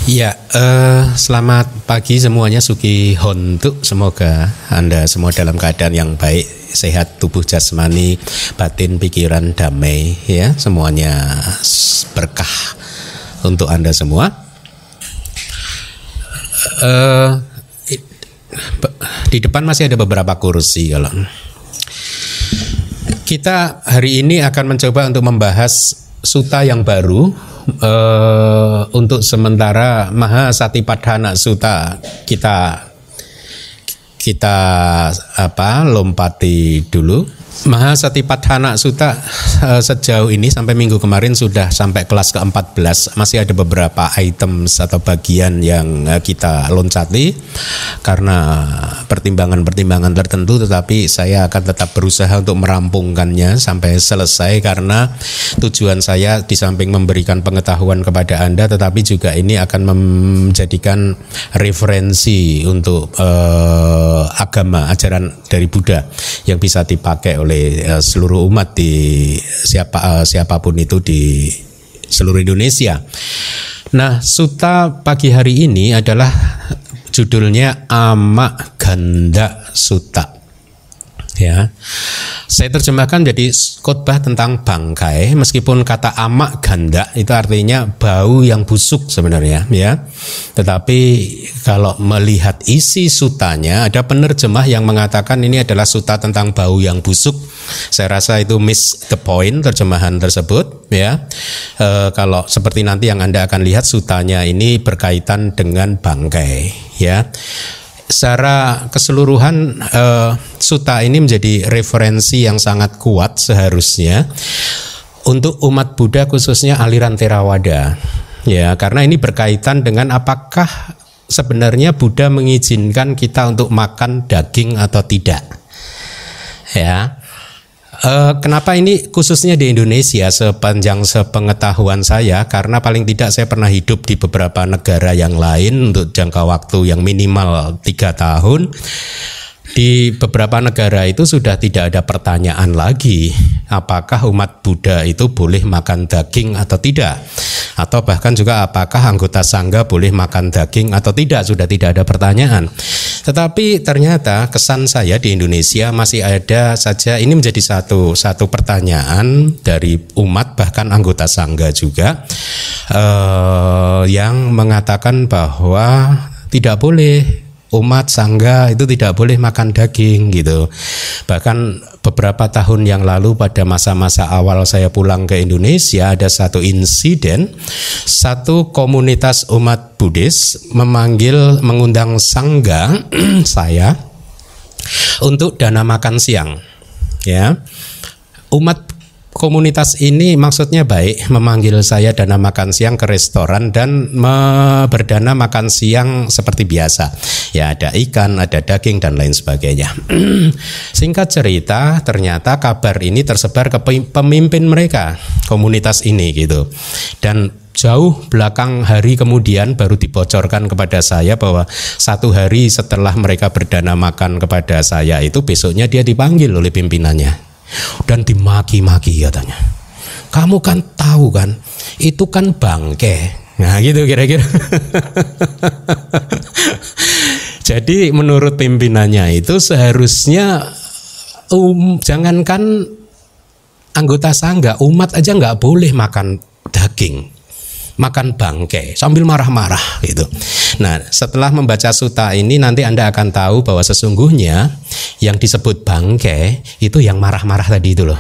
Ya, selamat pagi semuanya, Suki Hontu. Semoga Anda semua dalam keadaan yang baik, sehat tubuh jasmani, batin, pikiran damai, ya, semuanya berkah untuk Anda semua. Di depan masih ada beberapa kursi. Kalau kita hari ini akan mencoba untuk membahas sutta yang baru. Untuk sementara Mahasatipadhana Sutta kita lompati dulu. Mahasatipadhana Sutta sejauh ini sampai minggu kemarin sudah sampai kelas ke-14. Masih ada beberapa item atau bagian yang kita loncati karena pertimbangan-pertimbangan tertentu, tetapi saya akan tetap berusaha untuk merampungkannya sampai selesai, karena tujuan saya di samping memberikan pengetahuan kepada Anda, tetapi juga ini akan menjadikan referensi untuk agama, ajaran dari Buddha yang bisa dipakai oleh seluruh umat di siapapun itu di seluruh Indonesia. Nah, sutta pagi hari ini adalah judulnya Amaganda Sutta. Ya, saya terjemahkan jadi khotbah tentang bangkai, meskipun kata amak ganda itu artinya bau yang busuk sebenarnya, ya. Tetapi kalau melihat isi sutanya, ada penerjemah yang mengatakan ini adalah sutta tentang bau yang busuk. Saya rasa itu miss the point terjemahan tersebut, ya. Kalau seperti nanti yang Anda akan lihat, sutanya ini berkaitan dengan bangkai, ya. Secara keseluruhan sutta ini menjadi referensi yang sangat kuat seharusnya untuk umat Buddha, khususnya aliran Theravada, ya, karena ini berkaitan dengan apakah sebenarnya Buddha mengizinkan kita untuk makan daging atau tidak, ya. Kenapa ini khususnya di Indonesia sepanjang sepengetahuan saya, karena paling tidak saya pernah hidup di beberapa negara yang lain untuk jangka waktu yang minimal 3 tahun. Di beberapa negara itu sudah tidak ada pertanyaan lagi apakah umat Buddha itu boleh makan daging atau tidak, atau bahkan juga apakah anggota sangga boleh makan daging atau tidak, sudah tidak ada pertanyaan. Tetapi ternyata kesan saya di Indonesia masih ada saja, ini menjadi satu pertanyaan dari umat, bahkan anggota sangga juga, yang mengatakan bahwa tidak boleh, umat sangga itu tidak boleh makan daging gitu. Bahkan beberapa tahun yang lalu pada masa-masa awal saya pulang ke Indonesia, ada satu insiden, satu komunitas umat Buddhis mengundang sangga saya untuk dana makan siang, ya. Umat komunitas ini maksudnya baik, memanggil saya dana makan siang ke restoran dan berdana makan siang seperti biasa. Ya, ada ikan, ada daging dan lain sebagainya. Singkat cerita, ternyata kabar ini tersebar ke pemimpin mereka, komunitas ini gitu. Dan jauh belakang hari kemudian baru dibocorkan kepada saya bahwa 1 hari setelah mereka berdana makan kepada saya itu, besoknya dia dipanggil oleh pimpinannya dan dimaki-maki katanya. Kamu kan tahu kan, itu kan bangke. Nah gitu kira-kira. Jadi menurut pimpinannya itu seharusnya jangankan anggota sangga, umat aja nggak boleh makan daging, makan bangke, sambil marah-marah gitu. Nah, setelah membaca sutta ini nanti Anda akan tahu bahwa sesungguhnya yang disebut bangke itu yang marah-marah tadi itu loh.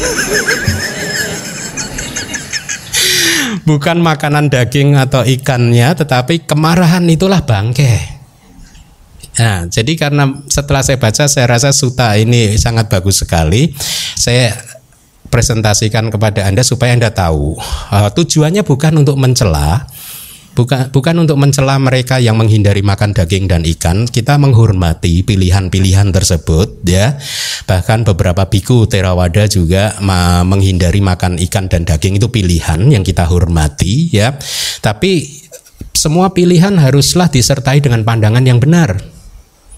Bukan makanan daging atau ikannya, tetapi kemarahan itulah bangke. Nah, jadi karena setelah saya baca, saya rasa sutta ini sangat bagus sekali. Saya presentasikan kepada Anda supaya Anda tahu tujuannya bukan untuk mencela, bukan untuk mencela mereka yang menghindari makan daging dan ikan. Kita menghormati pilihan-pilihan tersebut, ya. Bahkan beberapa biku Theravada juga menghindari makan ikan dan daging, itu pilihan yang kita hormati, ya. Tapi semua pilihan haruslah disertai dengan pandangan yang benar.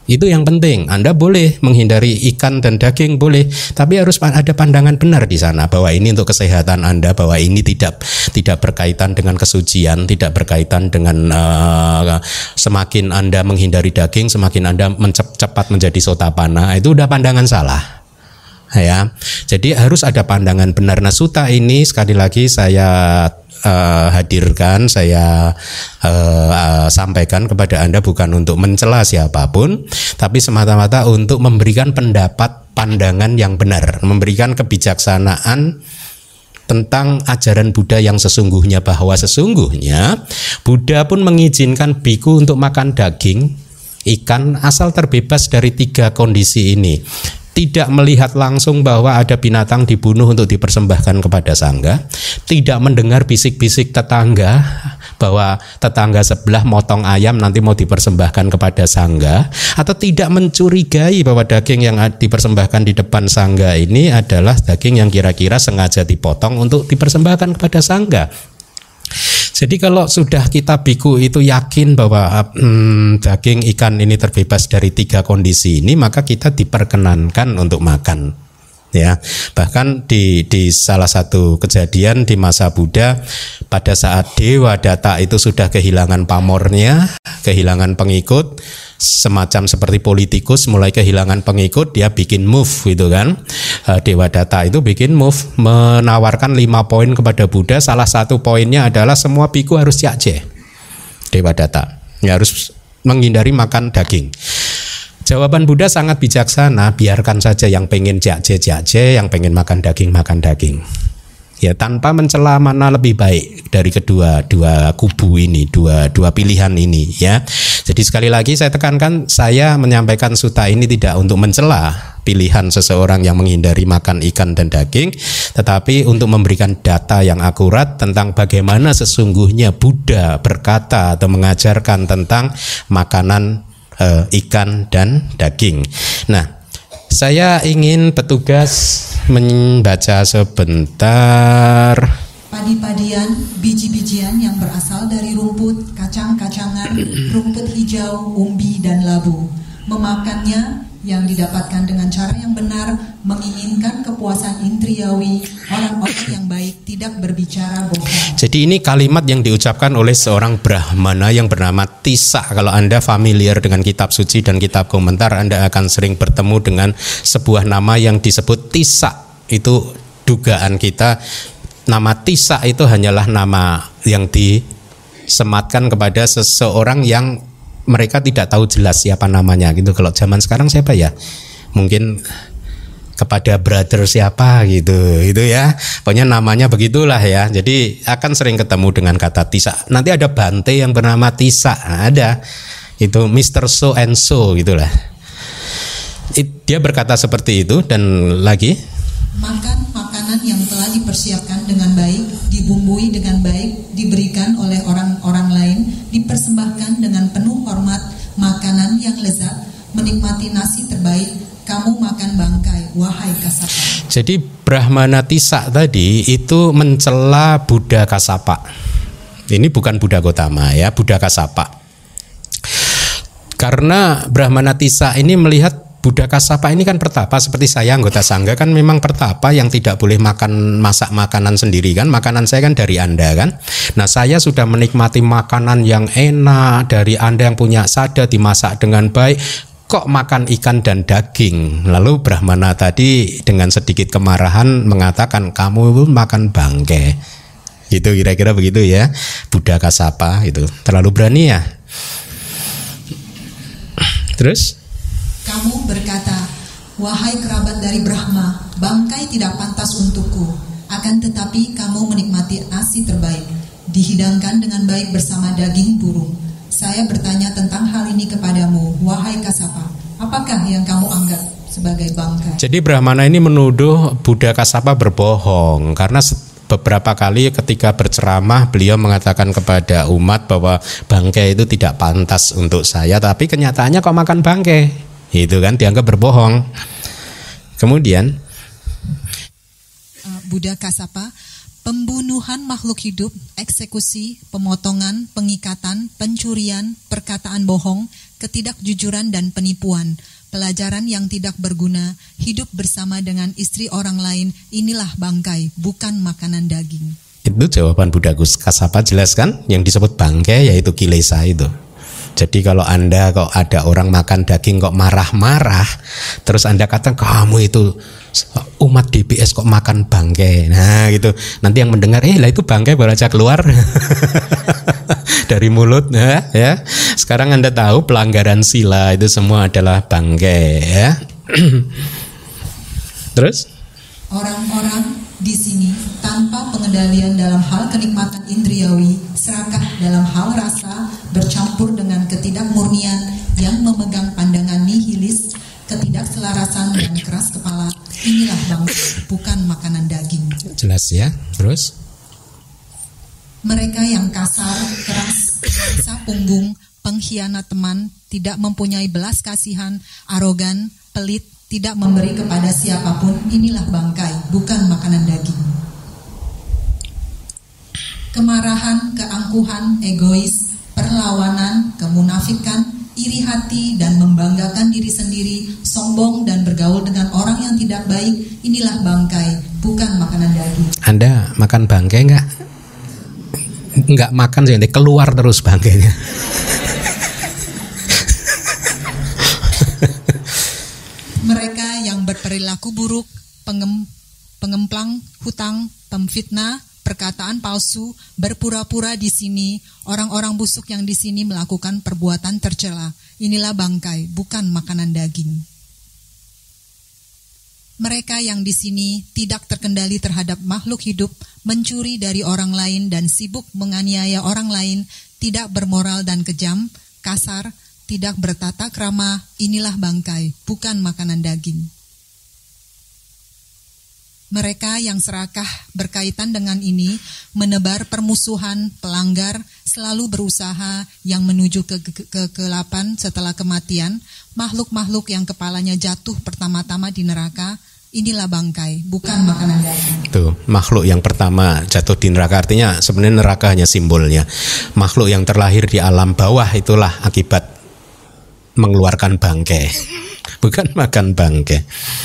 Itu yang penting. Anda boleh menghindari ikan dan daging, boleh, tapi harus ada pandangan benar di sana bahwa ini untuk kesehatan Anda, bahwa ini tidak berkaitan dengan kesucian, tidak berkaitan dengan semakin Anda menghindari daging, semakin Anda cepat menjadi sotapana. Itu udah pandangan salah. Ya. Jadi harus ada pandangan benar. Nah, sutta ini sekali lagi saya hadirkan, saya sampaikan kepada Anda bukan untuk mencela siapapun, tapi semata-mata untuk memberikan pendapat, pandangan yang benar, memberikan kebijaksanaan tentang ajaran Buddha yang sesungguhnya, bahwa sesungguhnya Buddha pun mengizinkan biku untuk makan daging, ikan, asal terbebas dari 3 kondisi ini. Tidak melihat langsung bahwa ada binatang dibunuh untuk dipersembahkan kepada sangga, tidak mendengar bisik-bisik tetangga bahwa tetangga sebelah motong ayam nanti mau dipersembahkan kepada sangga, atau tidak mencurigai bahwa daging yang dipersembahkan di depan sangga ini adalah daging yang kira-kira sengaja dipotong untuk dipersembahkan kepada sangga. Jadi kalau sudah kita biku itu yakin bahwa daging ikan ini terbebas dari 3 kondisi ini, maka kita diperkenankan untuk makan. Ya, bahkan di salah satu kejadian di masa Buddha, pada saat Devadatta itu sudah kehilangan pamornya, kehilangan pengikut, semacam seperti politikus mulai kehilangan pengikut, dia bikin move gitu kan. Devadatta itu bikin move, menawarkan 5 poin kepada Buddha. Salah satu poinnya adalah semua biku harus yakje. Devadatta harus menghindari makan daging. Jawaban Buddha sangat bijaksana, biarkan saja yang pengen jakje, yang pengen makan daging. Ya, tanpa mencela mana lebih baik dari dua kubu ini, dua pilihan ini ya. Jadi sekali lagi saya tekankan, saya menyampaikan sutta ini tidak untuk mencela pilihan seseorang yang menghindari makan ikan dan daging, tetapi untuk memberikan data yang akurat tentang bagaimana sesungguhnya Buddha berkata atau mengajarkan tentang makanan ikan dan daging. Nah, saya ingin petugas membaca sebentar. Padi-padian, biji-bijian yang berasal dari rumput, kacang-kacangan, rumput hijau, umbi, dan labu. Memakannya yang didapatkan dengan cara yang benar, menginginkan kepuasan intriawi, orang-orang yang baik, tidak berbicara bohong. Jadi ini kalimat yang diucapkan oleh seorang Brahmana yang bernama Tissa. Kalau Anda familiar dengan kitab suci dan kitab komentar, Anda akan sering bertemu dengan sebuah nama yang disebut Tissa. Itu dugaan kita, nama Tissa itu hanyalah nama yang disematkan kepada seseorang yang mereka tidak tahu jelas siapa namanya gitu. Kalau zaman sekarang siapa ya? Mungkin kepada brother siapa gitu, itu ya. Pokoknya namanya begitulah ya. Jadi akan sering ketemu dengan kata Tissa. Nanti ada Bante yang bernama Tissa, ada. Itu Mr. So and so gitulah. Dia berkata seperti itu. Dan lagi, makan makanan yang telah dipersiapkan dengan baik, dibumbui dengan baik, diberikan oleh orang-orang lain, dipersembahkan dengan penuh hormat, makanan yang lezat, menikmati nasi terbaik, kamu makan bangkai, wahai Kassapa. Jadi Brahmana Tissa tadi itu mencela Buddha Kassapa. Ini bukan Buddha Gotama ya, Buddha Kassapa. Karena Brahmana Tissa ini melihat Buddha Kassapa ini kan pertapa seperti saya anggota sangga kan memang pertapa yang tidak boleh masak makanan sendiri kan, makanan saya kan dari Anda kan. Nah, saya sudah menikmati makanan yang enak dari Anda yang punya sada, dimasak dengan baik, kok makan ikan dan daging. Lalu Brahmana tadi dengan sedikit kemarahan mengatakan kamu makan bangke. Gitu kira-kira begitu ya. Buddha Kassapa itu terlalu berani ya. Terus kamu berkata, wahai kerabat dari Brahma, bangkai tidak pantas untukku. Akan tetapi kamu menikmati nasi terbaik, dihidangkan dengan baik bersama daging burung. Saya bertanya tentang hal ini kepadamu, wahai Kassapa. Apakah yang kamu anggap sebagai bangkai? Jadi Brahmana ini menuduh Buddha Kassapa berbohong karena beberapa kali ketika berceramah beliau mengatakan kepada umat bahwa bangkai itu tidak pantas untuk saya, tapi kenyataannya kok makan bangkai. Itu kan dianggap berbohong. Kemudian Buddha Kassapa, pembunuhan makhluk hidup, eksekusi, pemotongan, pengikatan, pencurian, perkataan bohong, ketidakjujuran dan penipuan, pelajaran yang tidak berguna, hidup bersama dengan istri orang lain, inilah bangkai, bukan makanan daging. Itu jawaban Buddha Kasapa, jelas kan? Yang disebut bangkai yaitu kilesa itu. Jadi kalau Anda kok ada orang makan daging kok marah-marah, terus Anda kata kamu itu umat DBS kok makan bangkai. Nah gitu. Nanti yang mendengar, lah itu bangkai baru aja keluar dari mulut ya. Sekarang Anda tahu pelanggaran sila itu semua adalah bangkai ya. Terus orang-orang di sini tanpa pengendalian dalam hal kenikmatan indriawi, serakah dalam hal rasa, bercampur dengan ketidakmurnian yang memegang pandangan nihilis, ketidakselarasan dan keras kepala. Inilah bangkai, bukan makanan daging. Jelas ya. Terus mereka yang kasar, keras, merasa punggung, pengkhianat teman, tidak mempunyai belas kasihan, arogan, pelit, tidak memberi kepada siapapun, inilah bangkai, bukan makanan daging. Kemarahan, keangkuhan, egois, perlawanan, kemunafikan, iri hati dan membanggakan diri sendiri, sombong dan bergaul dengan orang yang tidak baik, inilah bangkai, bukan makanan daging. Anda makan bangkai enggak? Enggak makan sih, keluar terus bangkainya. Mereka yang berperilaku buruk, pengemplang hutang, pemfitnah, perkataan palsu, berpura-pura di sini, orang-orang busuk yang di sini melakukan perbuatan tercela. Inilah bangkai, bukan makanan daging. Mereka yang di sini tidak terkendali terhadap makhluk hidup, mencuri dari orang lain dan sibuk menganiaya orang lain, tidak bermoral dan kejam, kasar, tidak bertata krama, inilah bangkai, bukan makanan daging. Mereka yang serakah berkaitan dengan ini, menebar permusuhan, pelanggar, selalu berusaha yang menuju ke kegelapan setelah kematian, makhluk-makhluk yang kepalanya jatuh pertama-tama di neraka, inilah bangkai, bukan makanan daging. Tuh, makhluk yang pertama jatuh di neraka, artinya sebenarnya neraka hanya simbolnya. Makhluk yang terlahir di alam bawah itulah akibat mengeluarkan bangkai, bukan makan bangkai.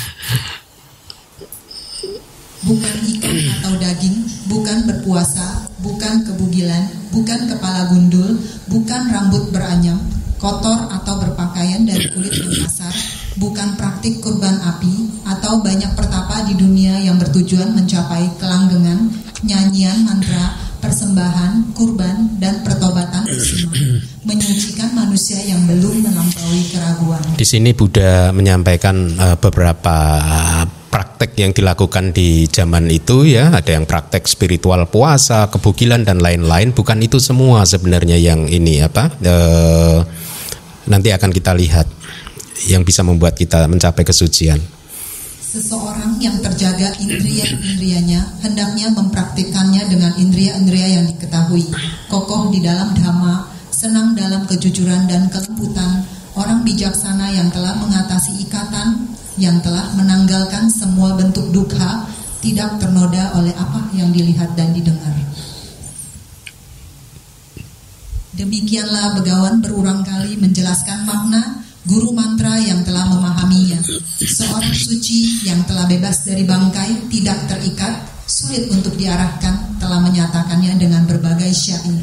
Bukan ikan atau daging, bukan berpuasa, bukan kebugilan, bukan kepala gundul, bukan rambut beranyam, kotor atau berpakaian dari kulit yang kasar, bukan praktik kurban api, atau banyak pertapa di dunia yang bertujuan mencapai kelanggengan, nyanyian mantra, persembahan, kurban, dan pertobatan bersama, menyucikan manusia yang belum melampaui keraguan. Di sini Buddha menyampaikan beberapa praktek yang dilakukan di zaman itu ya, ada yang praktek spiritual puasa, kebugilan dan lain-lain. Bukan itu semua sebenarnya yang ini nanti akan kita lihat yang bisa membuat kita mencapai kesucian. Seseorang yang terjaga indria-indrianya hendaknya mempraktikkannya dengan indria-indria yang diketahui, kokoh di dalam dhamma, senang dalam kejujuran dan kelembutan, orang bijaksana yang telah mengatasi ikatan, yang telah menanggalkan semua bentuk dukkha, tidak ternoda oleh apa yang dilihat dan didengar. Demikianlah Begawan berulang kali menjelaskan makna guru mantra yang telah memahaminya. Seorang suci yang telah bebas dari bangkai, tidak terikat, sulit untuk diarahkan, telah menyatakannya dengan berbagai syair.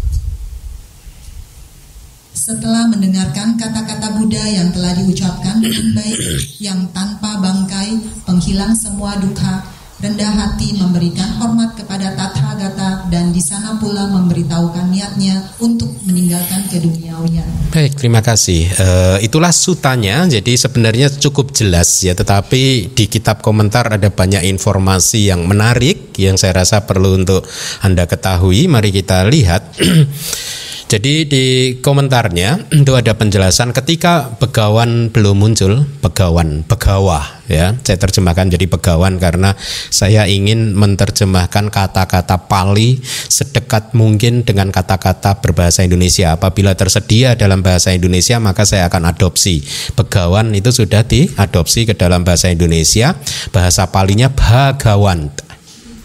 Setelah mendengarkan kata-kata Buddha yang telah diucapkan dengan baik, yang tanpa bangkai, penghilang semua dukkha, rendah hati memberikan hormat kepada Tathagata, dan di sana pula memberitahukan niatnya untuk meninggalkan keduniawian. Baik, terima kasih. Itulah sutanya. Jadi sebenarnya cukup jelas ya, tetapi di kitab komentar ada banyak informasi yang menarik yang saya rasa perlu untuk Anda ketahui. Mari kita lihat. Jadi di komentarnya itu ada penjelasan ketika Begawan belum muncul, Begawah ya. Saya terjemahkan jadi Begawan karena saya ingin menerjemahkan kata-kata Pali sedekat mungkin dengan kata-kata berbahasa Indonesia. Apabila tersedia dalam bahasa Indonesia maka saya akan adopsi. Begawan itu sudah diadopsi ke dalam bahasa Indonesia. Bahasa Palinya Bhagawan.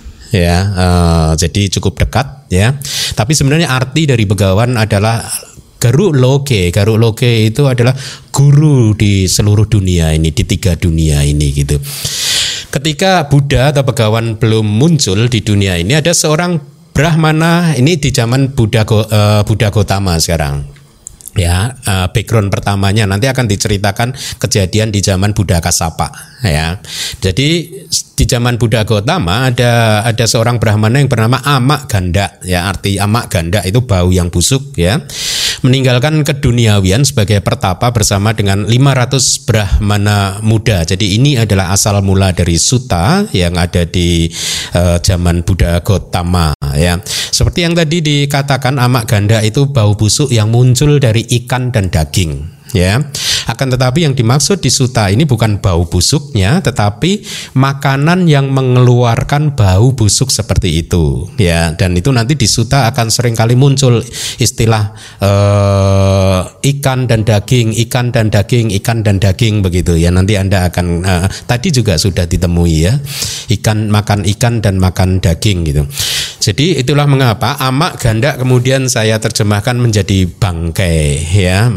Ya, jadi cukup dekat ya. Tapi sebenarnya arti dari Begawan adalah Garuk Loge itu adalah guru di seluruh dunia ini, di 3 dunia ini gitu. Ketika Buddha atau Begawan belum muncul di dunia ini, ada seorang Brahmana, ini di zaman Buddha Gotama sekarang. Ya, background pertamanya nanti akan diceritakan kejadian di zaman Buddha Kasapa, ya. Jadi di zaman Buddha Gotama ada seorang Brahmana yang bernama Amak Ganda, ya, arti Amak Ganda itu bau yang busuk, ya. Meninggalkan keduniawian sebagai pertapa bersama dengan 500 Brahmana muda. Jadi ini adalah asal mula dari sutta yang ada di zaman Buddha Gotama, ya. Seperti yang tadi dikatakan, Amak Ganda itu bau busuk yang muncul dari ikan dan daging, ya. Akan tetapi yang dimaksud di sutta ini bukan bau busuknya, tetapi makanan yang mengeluarkan bau busuk seperti itu, ya. Dan itu nanti di sutta akan seringkali muncul istilah ikan dan daging begitu, ya. Nanti Anda akan tadi juga sudah ditemui, ya, makan ikan dan makan daging gitu. Jadi itulah mengapa Amak Ganda kemudian saya terjemahkan menjadi bangkai, ya.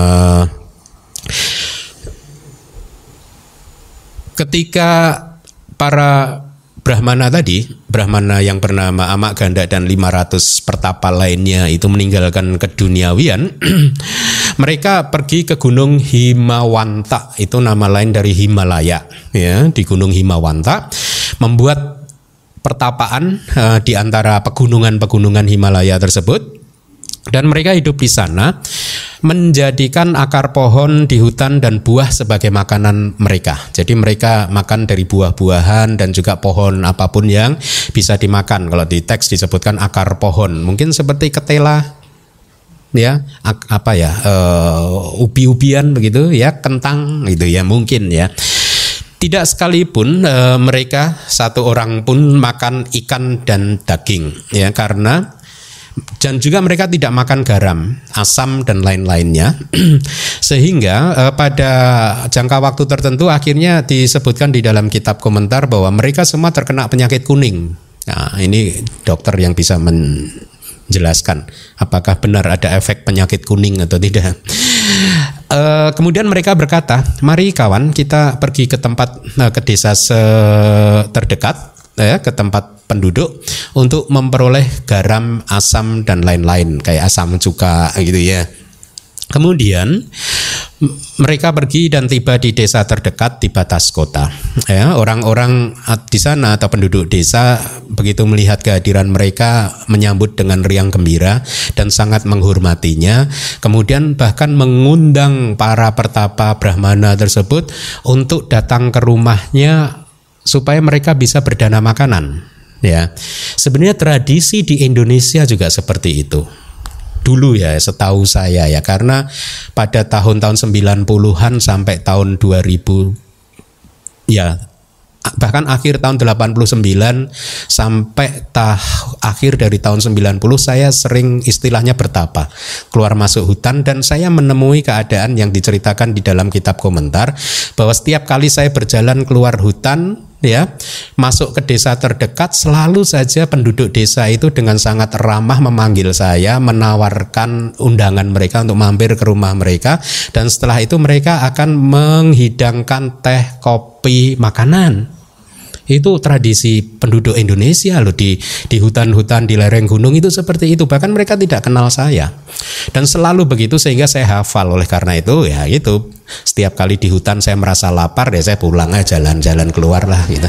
Ketika para Brahmana tadi, Brahmana yang bernama Amak Ganda dan 500 pertapa lainnya itu meninggalkan keduniawian, mereka pergi ke Gunung Himawanta, itu nama lain dari Himalaya, ya. Di Gunung Himawanta membuat pertapaan di antara pegunungan Himalaya tersebut, dan mereka hidup di sana menjadikan akar pohon di hutan dan buah sebagai makanan mereka. Jadi mereka makan dari buah-buahan dan juga pohon apapun yang bisa dimakan. Kalau di teks disebutkan akar pohon, mungkin seperti ketela, ya, ubi-ubian begitu, ya, kentang gitu, ya, mungkin, ya. Tidak sekalipun mereka satu orang pun makan ikan dan daging, ya, karena dan juga mereka tidak makan garam, asam dan lain-lainnya. Sehingga pada jangka waktu tertentu akhirnya disebutkan di dalam kitab komentar bahwa mereka semua terkena penyakit kuning. Nah, ini dokter yang bisa menjelaskan apakah benar ada efek penyakit kuning atau tidak. Kemudian mereka berkata, mari kawan, kita pergi ke desa terdekat, ya, ke tempat penduduk untuk memperoleh garam, asam dan lain-lain kayak asam cuka gitu, ya. Kemudian mereka pergi dan tiba di desa terdekat di batas kota, ya. Orang-orang di sana atau penduduk desa begitu melihat kehadiran mereka menyambut dengan riang gembira dan sangat menghormatinya. Kemudian bahkan mengundang para pertapa Brahmana tersebut untuk datang ke rumahnya supaya mereka bisa berdana makanan, ya. Sebenarnya tradisi di Indonesia juga seperti itu dulu, ya, setahu saya, ya, karena pada tahun-tahun 90-an sampai tahun 2000, ya, bahkan akhir tahun 89 sampai akhir dari tahun 90 saya sering istilahnya bertapa, keluar masuk hutan, dan saya menemui keadaan yang diceritakan di dalam kitab komentar bahwa setiap kali saya berjalan keluar hutan, ya, masuk ke desa terdekat, selalu saja penduduk desa itu dengan sangat ramah memanggil saya, menawarkan undangan mereka untuk mampir ke rumah mereka, dan setelah itu mereka akan menghidangkan teh, kopi, makanan. Itu tradisi penduduk Indonesia loh, di hutan-hutan, di lereng gunung itu seperti itu. Bahkan mereka tidak kenal saya. Dan selalu begitu sehingga saya hafal. Oleh karena itu, ya itu, setiap kali di hutan saya merasa lapar, ya saya pulang aja, jalan-jalan keluar lah gitu.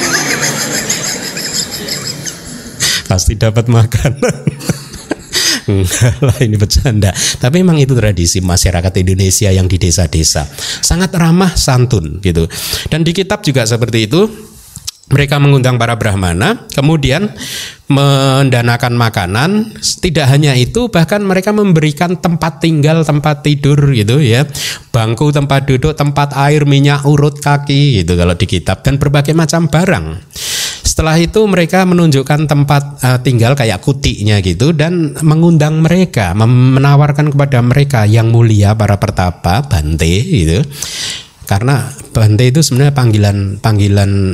Pasti dapat makanan. Enggak lah, ini bercanda. Tapi memang itu tradisi masyarakat Indonesia yang di desa-desa, sangat ramah santun gitu. Dan di kitab juga seperti itu. Mereka mengundang para Brahmana, kemudian mendanakan makanan. Tidak hanya itu, bahkan mereka memberikan tempat tinggal, tempat tidur gitu, ya, bangku, tempat duduk, tempat air, minyak urut kaki gitu kalau di kitab, dan berbagai macam barang. Setelah itu mereka menunjukkan tempat tinggal kayak kutiknya gitu, dan mengundang mereka, menawarkan kepada mereka yang mulia, para pertapa, bante gitu. Karena bante itu sebenarnya panggilan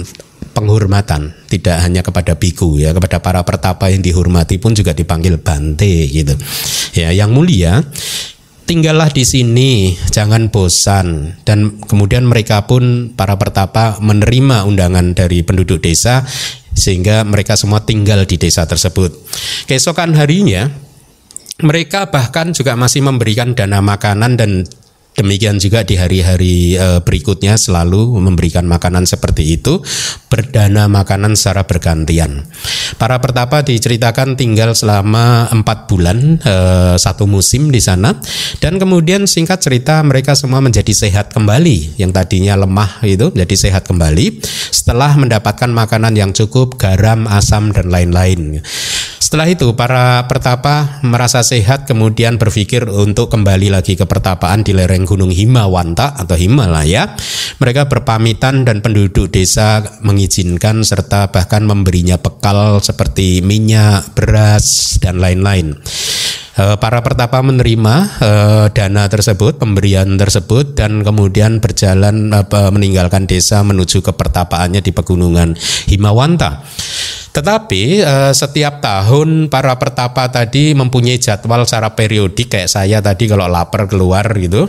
penghormatan, tidak hanya kepada biku ya, kepada para pertapa yang dihormati pun juga dipanggil Bante gitu. Ya, yang mulia, tinggallah di sini, jangan bosan. Dan kemudian mereka pun para pertapa menerima undangan dari penduduk desa sehingga mereka semua tinggal di desa tersebut. Keesokan harinya mereka bahkan juga masih memberikan dana makanan dan demikian juga di hari-hari berikutnya selalu memberikan makanan seperti itu, berdana makanan secara bergantian. Para pertapa diceritakan tinggal selama 4 bulan, 1 musim di sana, dan kemudian singkat cerita mereka semua menjadi sehat kembali. Yang tadinya lemah itu menjadi sehat kembali setelah mendapatkan makanan yang cukup, garam, asam dan lain-lain. Setelah itu para pertapa merasa sehat, kemudian berpikir untuk kembali lagi ke pertapaan di lereng Gunung Himawanta atau Himalaya. Mereka berpamitan dan penduduk desa mengizinkan serta bahkan memberinya bekal seperti minyak, beras dan lain-lain. Para pertapa menerima dana tersebut, pemberian tersebut, dan kemudian berjalan meninggalkan desa menuju ke pertapaannya di pegunungan Himawanta. Tetapi setiap tahun para pertapa tadi mempunyai jadwal secara periodik, kayak saya tadi kalau lapar keluar gitu.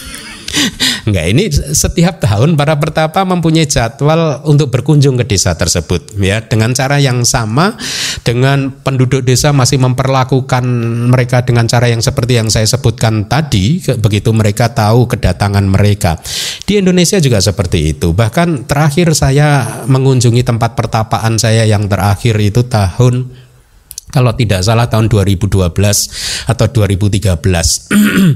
Enggak, ini setiap tahun para pertapa mempunyai jadwal untuk berkunjung ke desa tersebut ya, dengan cara yang sama, dengan penduduk desa masih memperlakukan mereka dengan cara yang seperti yang saya sebutkan tadi begitu mereka tahu kedatangan mereka. Di Indonesia juga seperti itu. Bahkan terakhir saya mengunjungi tempat pertapaan saya yang terakhir itu tahun, kalau tidak salah tahun 2012 atau 2013.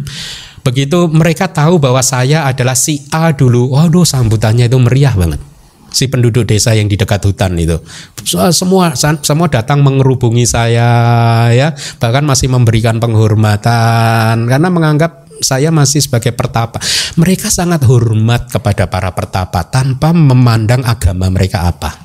Begitu mereka tahu bahwa saya adalah si A dulu, waduh sambutannya itu meriah banget. Si penduduk desa yang di dekat hutan itu, semua datang mengerubungi saya ya, bahkan masih memberikan penghormatan karena menganggap saya masih sebagai pertapa. Mereka sangat hormat kepada para pertapa tanpa memandang agama mereka apa.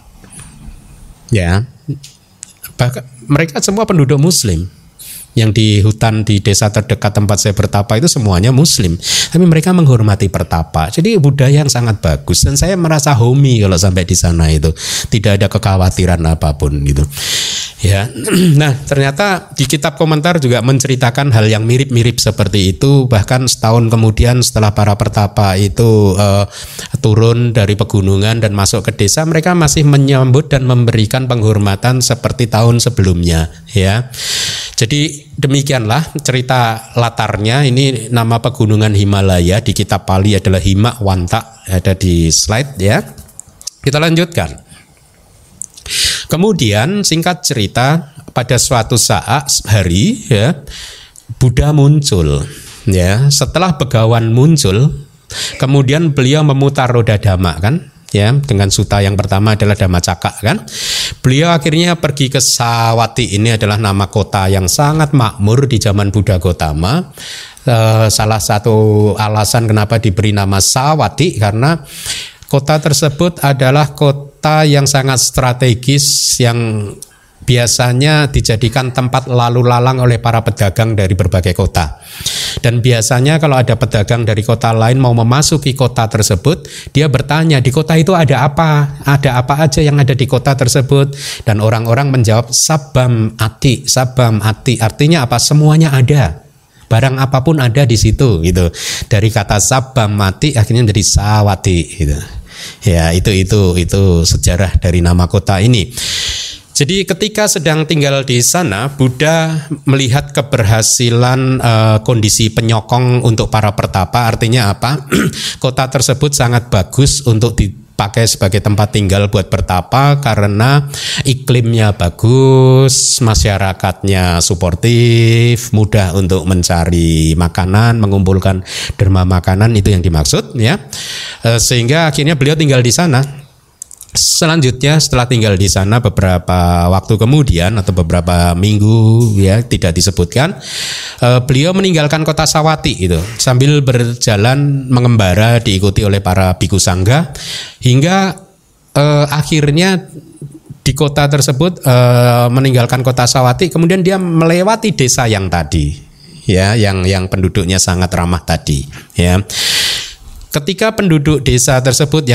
Ya, bahkan mereka semua penduduk Muslim. Yang di hutan di desa terdekat tempat saya bertapa itu semuanya Muslim, tapi mereka menghormati pertapa. Jadi budaya yang sangat bagus dan saya merasa homey kalau sampai di sana itu, tidak ada kekhawatiran apapun gitu. Ya, nah ternyata di kitab komentar juga menceritakan hal yang mirip-mirip seperti itu. Bahkan setahun kemudian setelah para pertapa itu turun dari pegunungan dan masuk ke desa, mereka masih menyambut dan memberikan penghormatan seperti tahun sebelumnya. Ya, jadi demikianlah cerita latarnya. Ini nama pegunungan Himalaya di kitab Pali adalah Himawanta, ada di slide ya. Kita lanjutkan. Kemudian singkat cerita, pada suatu saat hari ya, Buddha muncul ya. Setelah Begawan muncul, kemudian beliau memutar roda dhamma kan ya, dengan suta yang pertama adalah Dhammacakka kan. Beliau akhirnya pergi ke Sawati. Ini adalah nama kota yang sangat makmur di zaman Buddha Gotama. Salah satu alasan kenapa diberi nama Sawati karena kota tersebut adalah kota yang sangat strategis yang biasanya dijadikan tempat lalu lalang oleh para pedagang dari berbagai kota. Dan biasanya kalau ada pedagang dari kota lain mau memasuki kota tersebut, dia bertanya di kota itu ada apa aja yang ada di kota tersebut. Dan orang-orang menjawab Sabbam Ati, artinya apa? Semuanya ada. Barang apapun ada di situ gitu. Dari kata Sabbam Ati akhirnya menjadi Sawati gitu. Ya, itu sejarah dari nama kota ini. Jadi ketika sedang tinggal di sana, Buddha melihat keberhasilan kondisi penyokong untuk para pertapa. Artinya apa? Kota tersebut sangat bagus untuk dipakai sebagai tempat tinggal buat bertapa karena iklimnya bagus, masyarakatnya suportif, mudah untuk mencari makanan, mengumpulkan derma makanan, itu yang dimaksud ya. Sehingga akhirnya beliau tinggal di sana. Selanjutnya setelah tinggal di sana beberapa waktu kemudian atau beberapa minggu ya tidak disebutkan, beliau meninggalkan kota Sawati itu sambil berjalan mengembara diikuti oleh para bhikkhu sangga hingga akhirnya di kota tersebut meninggalkan kota Sawati, kemudian dia melewati desa yang tadi ya, yang penduduknya sangat ramah tadi ya. Ketika penduduk desa tersebut yang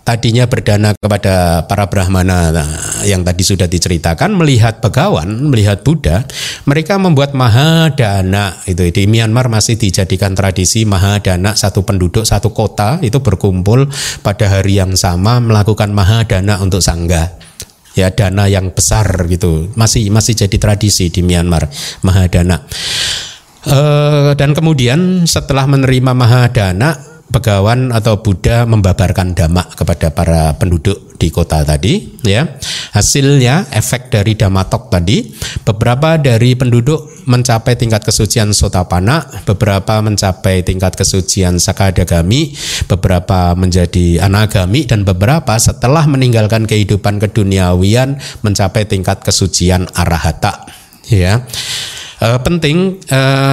tadinya berdana kepada para Brahmana yang tadi sudah diceritakan, melihat Begawan, melihat Buddha, mereka membuat Mahadana. Itu di Myanmar masih dijadikan tradisi Mahadana, satu penduduk satu kota itu berkumpul pada hari yang sama melakukan Mahadana untuk sangga. Ya, dana yang besar gitu. Masih jadi tradisi di Myanmar, Mahadana. Dan kemudian setelah menerima Mahadana, Begawan atau Buddha membabarkan Dhamma kepada para penduduk di kota tadi, ya. Hasilnya, efek dari Dhammatok tadi, beberapa dari penduduk mencapai tingkat kesucian Sotapanna, beberapa mencapai tingkat kesucian Sakadagami, beberapa menjadi Anagami, dan beberapa setelah meninggalkan kehidupan keduniawian mencapai tingkat kesucian Arahata, ya. Penting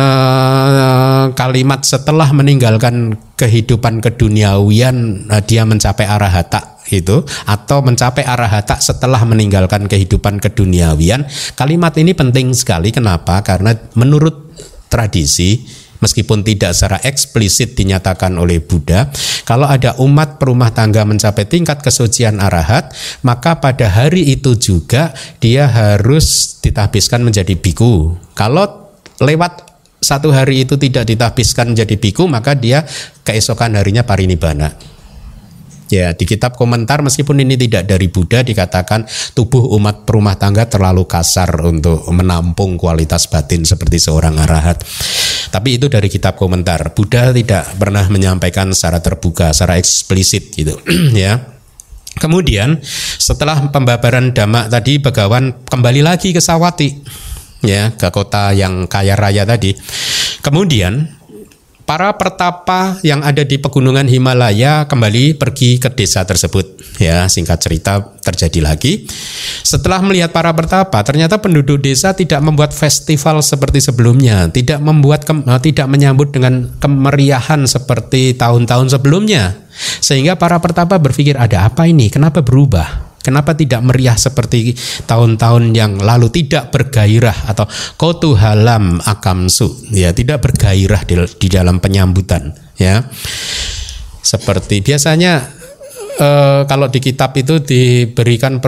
kalimat setelah meninggalkan kehidupan keduniawian dia mencapai arahata itu, atau mencapai arahata setelah meninggalkan kehidupan keduniawian. Kalimat ini penting sekali. Kenapa? Karena menurut tradisi, meskipun tidak secara eksplisit dinyatakan oleh Buddha, kalau ada umat perumah tangga mencapai tingkat kesucian arahat, maka pada hari itu juga dia harus ditahbiskan menjadi biku. Kalau lewat satu hari itu tidak ditahbiskan menjadi biku, maka dia keesokan harinya parinibbana. Ya, di kitab komentar meskipun ini tidak dari Buddha dikatakan tubuh umat perumah tangga terlalu kasar untuk menampung kualitas batin seperti seorang arahat. Tapi itu dari kitab komentar. Buddha tidak pernah menyampaikan secara terbuka, secara eksplisit gitu, ya. Kemudian setelah pembabaran Dhamma tadi, Begawan kembali lagi ke Sawati, ya, ke kota yang kaya raya tadi. Kemudian para pertapa yang ada di pegunungan Himalaya kembali pergi ke desa tersebut. Ya, singkat cerita terjadi lagi. Setelah melihat para pertapa, ternyata penduduk desa tidak membuat festival seperti sebelumnya, tidak menyambut dengan kemeriahan seperti tahun-tahun sebelumnya. Sehingga para pertapa berpikir, ada apa ini? Kenapa berubah? Kenapa tidak meriah seperti tahun-tahun yang lalu, tidak bergairah atau kotuhalam akamsu, ya, tidak bergairah di dalam penyambutan, ya. Seperti biasanya kalau di kitab itu diberikan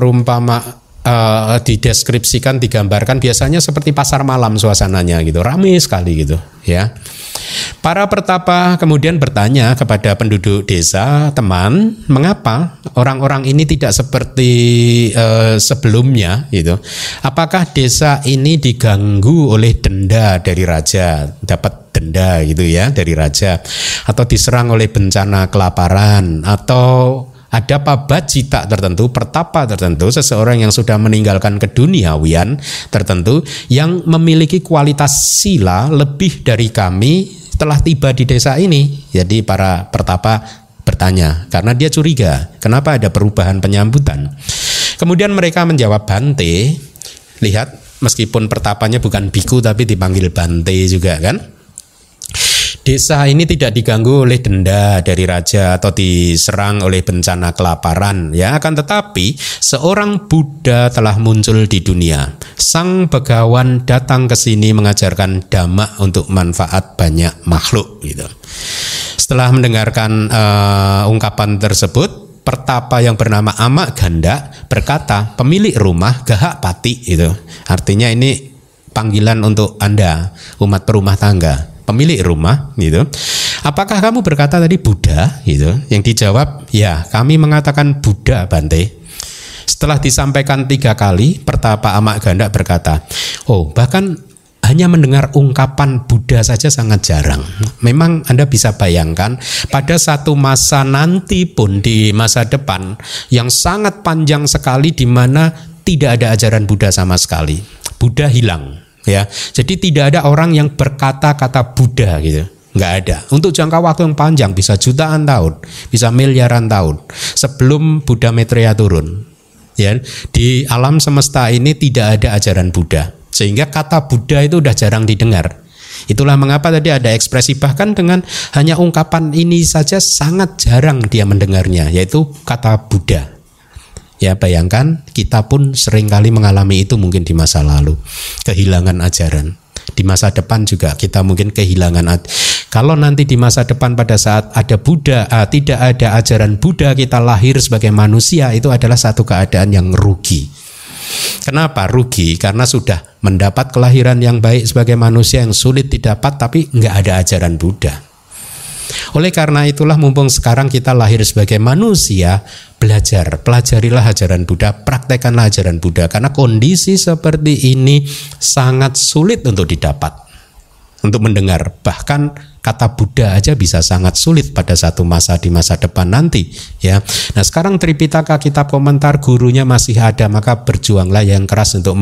dideskripsikan, digambarkan biasanya seperti pasar malam suasananya gitu, ramai sekali gitu, ya. Para pertapa kemudian bertanya kepada penduduk desa, teman, mengapa orang-orang ini tidak seperti sebelumnya gitu? Apakah desa ini diganggu oleh denda dari raja, dapat denda gitu ya dari raja, atau diserang oleh bencana kelaparan, atau ada pabacita tertentu, pertapa tertentu, seseorang yang sudah meninggalkan keduniawian tertentu yang memiliki kualitas sila lebih dari kami telah tiba di desa ini. Jadi para pertapa bertanya karena dia curiga kenapa ada perubahan penyambutan. Kemudian mereka menjawab, Bante, lihat meskipun pertapanya bukan biku tapi dipanggil Bante juga kan. Desa ini tidak diganggu oleh denda dari raja atau diserang oleh bencana kelaparan, ya. Akan tetapi seorang Buddha telah muncul di dunia. Sang Begawan datang ke sini mengajarkan Dhamma untuk manfaat banyak makhluk gitu. Setelah mendengarkan ungkapan tersebut, pertapa yang bernama Amak Ganda berkata, pemilik rumah Gahapati itu. Artinya ini panggilan untuk Anda umat perumah tangga, pemilik rumah gitu. Apakah kamu berkata tadi Buddha gitu? Yang dijawab, ya, kami mengatakan Buddha, Bante. Setelah disampaikan 3 kali, pertapa Amak Ganda berkata, oh, bahkan hanya mendengar ungkapan Buddha saja sangat jarang. Memang Anda bisa bayangkan pada satu masa nanti pun, di masa depan yang sangat panjang sekali, di mana tidak ada ajaran Buddha sama sekali. Buddha hilang. Ya, jadi tidak ada orang yang berkata-kata Buddha gitu, nggak ada. Untuk jangka waktu yang panjang, bisa jutaan tahun, bisa miliaran tahun sebelum Buddha Maitreya turun. Ya, di alam semesta ini tidak ada ajaran Buddha, sehingga kata Buddha itu udah jarang didengar. Itulah mengapa tadi ada ekspresi bahkan dengan hanya ungkapan ini saja sangat jarang dia mendengarnya, yaitu kata Buddha. Ya, bayangkan kita pun seringkali mengalami itu mungkin di masa lalu, kehilangan ajaran. Di masa depan juga kita mungkin kehilangan Kalau nanti di masa depan pada saat ada Buddha, tidak ada ajaran Buddha, kita lahir sebagai manusia, itu adalah satu keadaan yang rugi. Kenapa rugi? Karena sudah mendapat kelahiran yang baik sebagai manusia yang sulit didapat, tapi nggak ada ajaran Buddha. Oleh karena itulah mumpung sekarang kita lahir sebagai manusia, pelajarilah ajaran Buddha, praktekkanlah ajaran Buddha, karena kondisi seperti ini sangat sulit untuk didapat, untuk mendengar. Bahkan kata Buddha aja bisa sangat sulit pada satu masa di masa depan nanti, ya. Nah, sekarang Tripitaka, kitab komentar, gurunya masih ada, maka berjuanglah yang keras untuk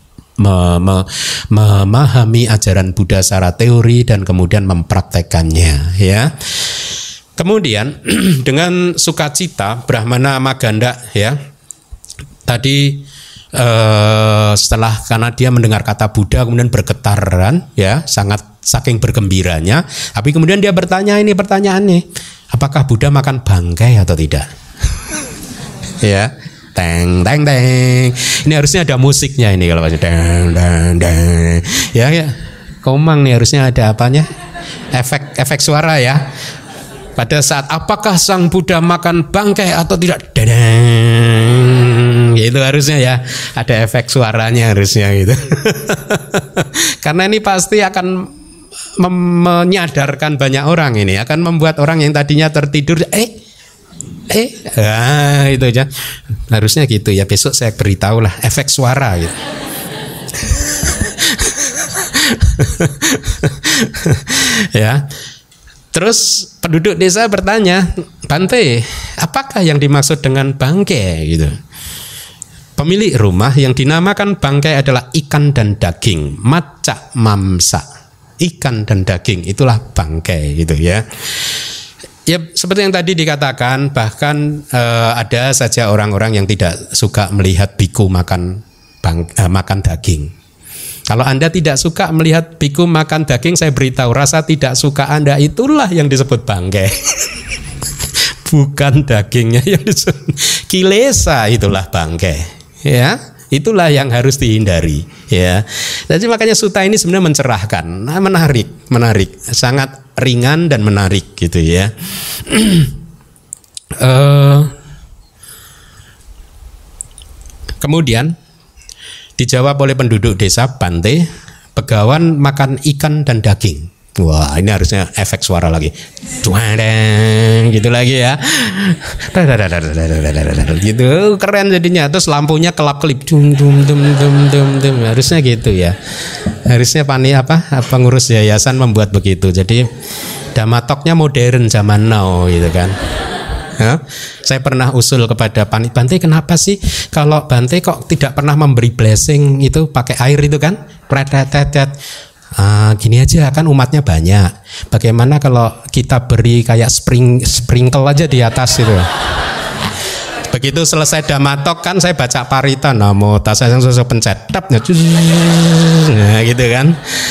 memahami ajaran Buddha secara teori dan kemudian mempraktekannya, ya. Kemudian dengan sukacita Brahmana Maganda, ya, tadi setelah karena dia mendengar kata Buddha kemudian bergetaran, ya, sangat saking bergembiranya. Tapi kemudian dia bertanya, ini pertanyaannya, apakah Buddha makan bangkai atau tidak? Ya, teng teng teng. Ini harusnya ada musiknya ini kalau teng teng teng. Ya, ya. Komang nih harusnya ada apanya? Efek suara, ya. Pada saat apakah sang Buddha makan bangkai atau tidak? Dedeng. Gitu harusnya, ya. Ada efek suaranya harusnya gitu. Karena ini pasti akan menyadarkan banyak orang, ini akan membuat orang yang tadinya tertidur itu aja. Harusnya gitu, ya. Besok saya beritahu lah efek suara gitu. Ya. Terus penduduk desa bertanya, Bante, apakah yang dimaksud dengan bangkai gitu? Pemilik rumah yang dinamakan bangkai adalah ikan dan daging, maca mamsa, ikan dan daging, itulah bangkai gitu, ya. Ya, seperti yang tadi dikatakan, bahkan ada saja orang-orang yang tidak suka melihat biku makan daging. Kalau Anda tidak suka melihat biku makan daging, saya beritahu, rasa tidak suka Anda itulah yang disebut bangkai. Bukan dagingnya yang disebut. Kilesa itulah bangkai, ya. Itulah yang harus dihindari, ya. Jadi makanya sutta ini sebenarnya mencerahkan, menarik, sangat ringan dan menarik gitu, ya. Kemudian dijawab oleh penduduk desa, Bante, begawan makan ikan dan daging. Wah, ini harusnya efek suara lagi. Gitu lagi, ya. Gitu, keren jadinya. Terus lampunya kelap-kelip. Harusnya gitu, ya. Harusnya pengurus yayasan membuat begitu. Jadi damatoknya modern zaman now gitu kan. Ya, saya pernah usul kepada Bante, kenapa sih kalau Bante kok tidak pernah memberi blessing itu pakai air itu kan? Gini aja kan umatnya banyak. Bagaimana kalau kita beri kayak sprinkle aja di atas itu? Begitu selesai damatok kan saya baca parita, namo tassa yang sosok pencet tapnya, nah gitu kan.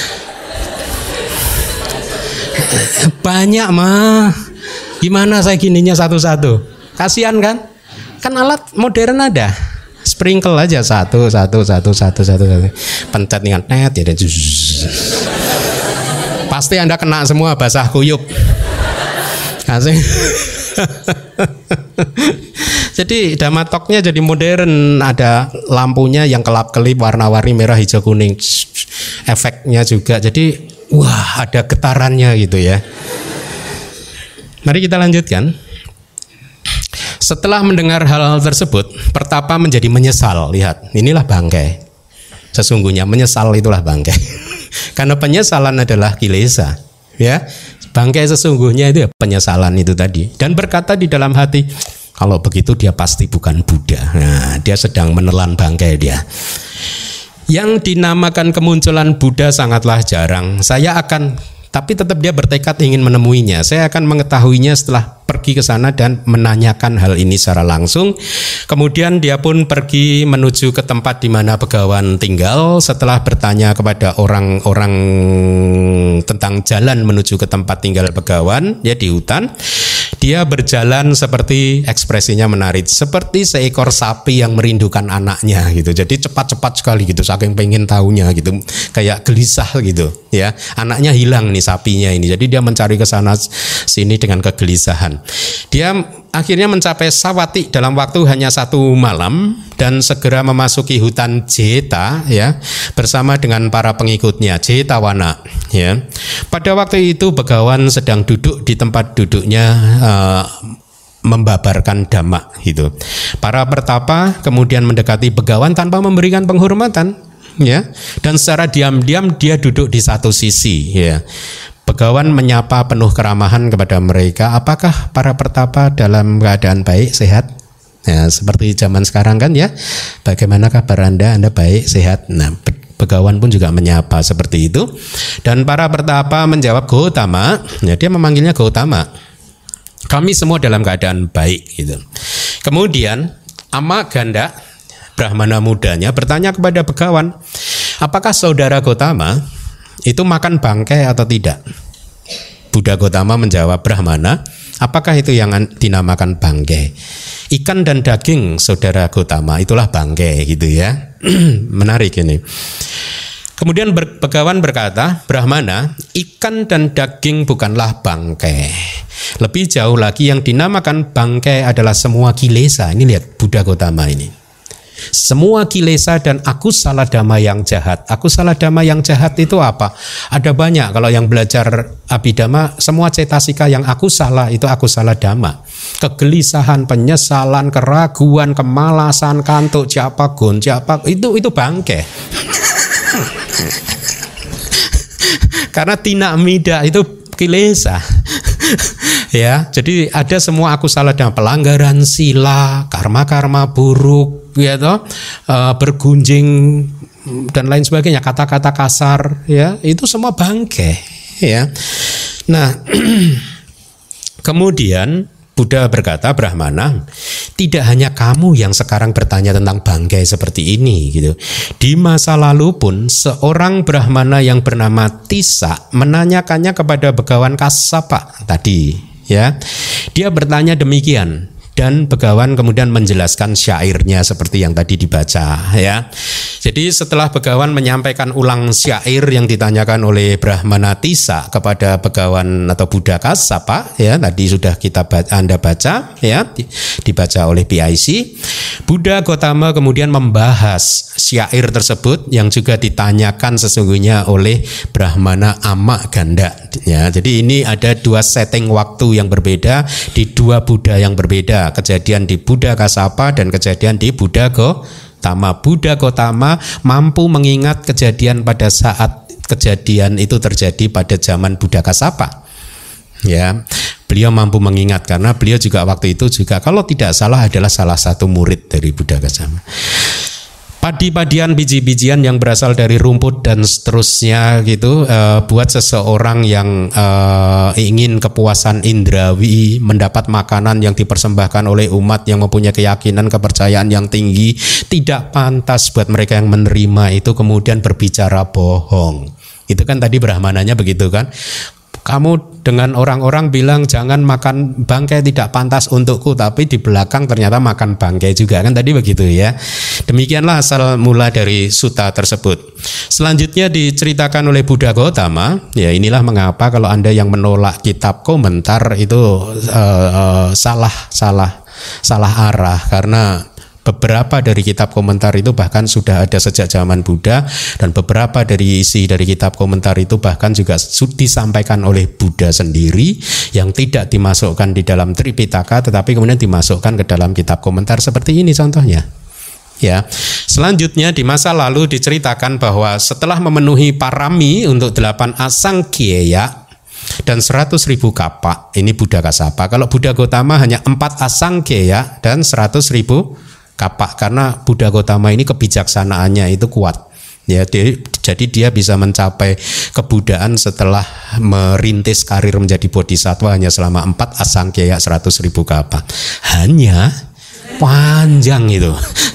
Banyak mah. Gimana saya gininya satu-satu? Kasihan kan? Kan alat modern ada. Sprinkle aja satu. Pencet dengan net ya. Pasti Anda kena semua, basah kuyup. Asik. Jadi damatoknya jadi modern, ada lampunya yang kelap-kelip warna-warni merah, hijau, kuning. Efeknya juga. Jadi wah, ada getarannya gitu, ya. Mari kita lanjutkan. Setelah mendengar hal tersebut, Pertapa menjadi menyesal. Lihat, inilah bangkai. Sesungguhnya menyesal itulah bangkai. Karena penyesalan adalah kilesa, ya. Bangkai sesungguhnya itu ya penyesalan itu tadi. Dan berkata di dalam hati, kalau begitu dia pasti bukan Buddha. Nah, dia sedang menelan bangkai dia. Yang dinamakan kemunculan Buddha sangatlah jarang. Tapi tetap dia bertekad ingin menemuinya. Saya akan mengetahuinya setelah pergi ke sana dan menanyakan hal ini secara langsung. Kemudian dia pun pergi menuju ke tempat di mana Begawan tinggal. Setelah bertanya kepada orang-orang tentang jalan menuju ke tempat tinggal Begawan, ya di hutan, dia berjalan seperti ekspresinya menarik, seperti seekor sapi yang merindukan anaknya gitu. Jadi cepat-cepat sekali gitu, saking pengen tahunya gitu, kayak gelisah gitu ya. Anaknya hilang nih sapinya ini. Jadi dia mencari ke sana sini dengan kegelisahan. Dia akhirnya mencapai Sawati dalam waktu hanya 1 malam dan segera memasuki hutan Jeta ya bersama dengan para pengikutnya Jetawana ya. Pada waktu itu Begawan sedang duduk di tempat duduknya membabarkan dhamma gitu. Para pertapa kemudian mendekati Begawan tanpa memberikan penghormatan ya, dan secara diam-diam dia duduk di satu sisi ya. Begawan menyapa penuh keramahan kepada mereka, apakah para pertapa dalam keadaan baik, sehat? Ya, seperti zaman sekarang kan ya, bagaimana kabar Anda baik, sehat? Nah, Begawan pun juga menyapa seperti itu. Dan para pertapa menjawab Gautama, ya, dia memanggilnya Gautama. Kami semua dalam keadaan baik gitu. Kemudian Ama Ganda, Brahmana mudanya, bertanya kepada Begawan, apakah saudara Gautama itu makan bangkai atau tidak? Buddha Gautama menjawab, Brahmana, apakah itu yang dinamakan bangkai? Ikan dan daging saudara Gautama itulah bangkai gitu ya. Menarik ini. Kemudian Begawan berkata, Brahmana, ikan dan daging bukanlah bangkai. Lebih jauh lagi yang dinamakan bangkai adalah semua kilesa. Ini lihat Buddha Gautama ini. Semua kilesa dan akusala dhamma yang jahat. Akusala dhamma yang jahat itu apa? Ada banyak. Kalau yang belajar Abhidhamma, semua cetasika yang akusala itu akusala dhamma. Kegelisahan, penyesalan, keraguan, kemalasan, kantuk, japa, gonjapa, itu bangke. Karena tina mida itu kilesa. Ya, jadi ada semua akusala dhamma, pelanggaran sila, karma-karma buruk, ya toh, bergunjing dan lain sebagainya, kata-kata kasar, ya, itu semua bangke, ya. Nah, kemudian Buddha berkata, Brahmana, tidak hanya kamu yang sekarang bertanya tentang bangkai seperti ini gitu. Di masa lalu pun seorang Brahmana yang bernama Tisa menanyakannya kepada Begawan Kassapa tadi ya. Dia bertanya demikian dan Begawan kemudian menjelaskan syairnya seperti yang tadi dibaca ya. Jadi setelah Begawan menyampaikan ulang syair yang ditanyakan oleh Brahmana Tisa kepada Begawan atau Buddha Kassapa ya, tadi sudah Anda baca ya, dibaca oleh PIC. Buddha Gautama kemudian membahas syair tersebut yang juga ditanyakan sesungguhnya oleh Brahmana Ama Ganda ya. Jadi ini ada 2 setting waktu yang berbeda di 2 Buddha yang berbeda, kejadian di Buddha Kassapa dan kejadian di Buddha Gautama. Buddha Gautama mampu mengingat kejadian pada saat kejadian itu terjadi pada zaman Buddha Kassapa. Ya, beliau mampu mengingat karena beliau juga waktu itu juga kalau tidak salah adalah salah satu murid dari Buddha Kassapa. Padi-padian, biji-bijian yang berasal dari rumput dan seterusnya gitu, buat seseorang yang ingin kepuasan indrawi, mendapat makanan yang dipersembahkan oleh umat yang mempunyai keyakinan, kepercayaan yang tinggi, tidak pantas buat mereka yang menerima itu kemudian berbicara bohong. Itu kan tadi Brahmananya begitu kan. Kamu dengan orang-orang bilang jangan makan bangkai, tidak pantas untukku, tapi di belakang ternyata makan bangkai juga kan tadi begitu ya. Demikianlah asal mula dari sutta tersebut. Selanjutnya diceritakan oleh Buddha Gautama, ya inilah mengapa kalau Anda yang menolak kitab komentar itu salah arah, karena beberapa dari kitab komentar itu bahkan sudah ada sejak zaman Buddha, dan beberapa dari isi dari kitab komentar itu bahkan juga disampaikan oleh Buddha sendiri yang tidak dimasukkan di dalam Tripitaka tetapi kemudian dimasukkan ke dalam kitab komentar seperti ini contohnya. Ya, selanjutnya di masa lalu diceritakan bahwa setelah memenuhi parami untuk 8 asangkhyeya dan 100.000 kapak, ini Buddha Kassapa. Kalau Buddha Gautama hanya 4 asangkhyeya dan 100.000 kapak, karena Buddha Gautama ini kebijaksanaannya itu kuat Ya, jadi dia bisa mencapai kebudaan setelah merintis karir menjadi bodhisattva hanya selama 4 asangkhya 100.000 kapa. Hanya panjang itu.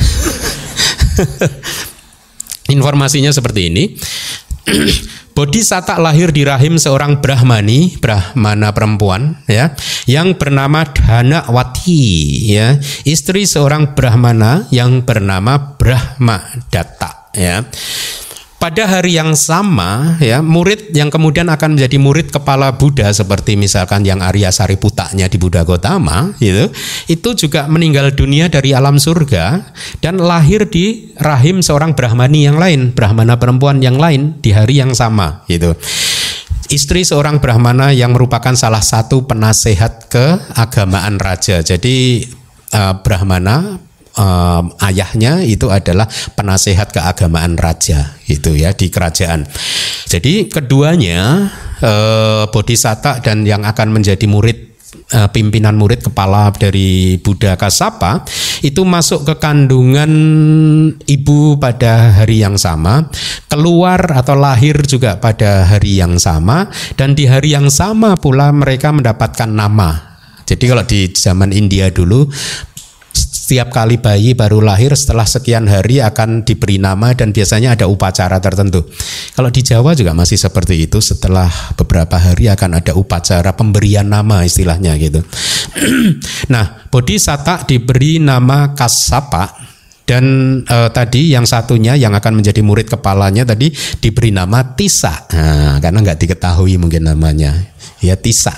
Informasinya seperti ini. Bodhisatta lahir di rahim seorang brahmana perempuan, ya, yang bernama Dhanawati, ya, istri seorang brahmana yang bernama Brahmadatta, ya. Pada hari yang sama, ya, murid yang kemudian akan menjadi murid kepala Buddha seperti misalkan yang Arya Sariputanya di Buddha Gotama, itu juga meninggal dunia dari alam surga dan lahir di rahim seorang brahmani yang lain, brahmana perempuan yang lain di hari yang sama, gitu. Istri seorang brahmana yang merupakan salah satu penasehat keagamaan raja. Jadi brahmana ayahnya itu adalah penasehat keagamaan raja, gitu ya, di kerajaan. Jadi keduanya bodhisatta dan yang akan menjadi murid, pimpinan murid kepala dari Buddha Kassapa itu masuk ke kandungan ibu pada hari yang sama, keluar atau lahir juga pada hari yang sama, dan di hari yang sama pula mereka mendapatkan nama. Jadi kalau di zaman India dulu, setiap kali bayi baru lahir setelah sekian hari akan diberi nama dan biasanya ada upacara tertentu. Kalau di Jawa juga masih seperti itu, setelah beberapa hari akan ada upacara pemberian nama istilahnya, gitu. Nah, bodhisatta diberi nama Kassapa dan tadi yang satunya yang akan menjadi murid kepalanya tadi diberi nama Tissa. Nah, karena nggak diketahui mungkin namanya, ya, Tissa.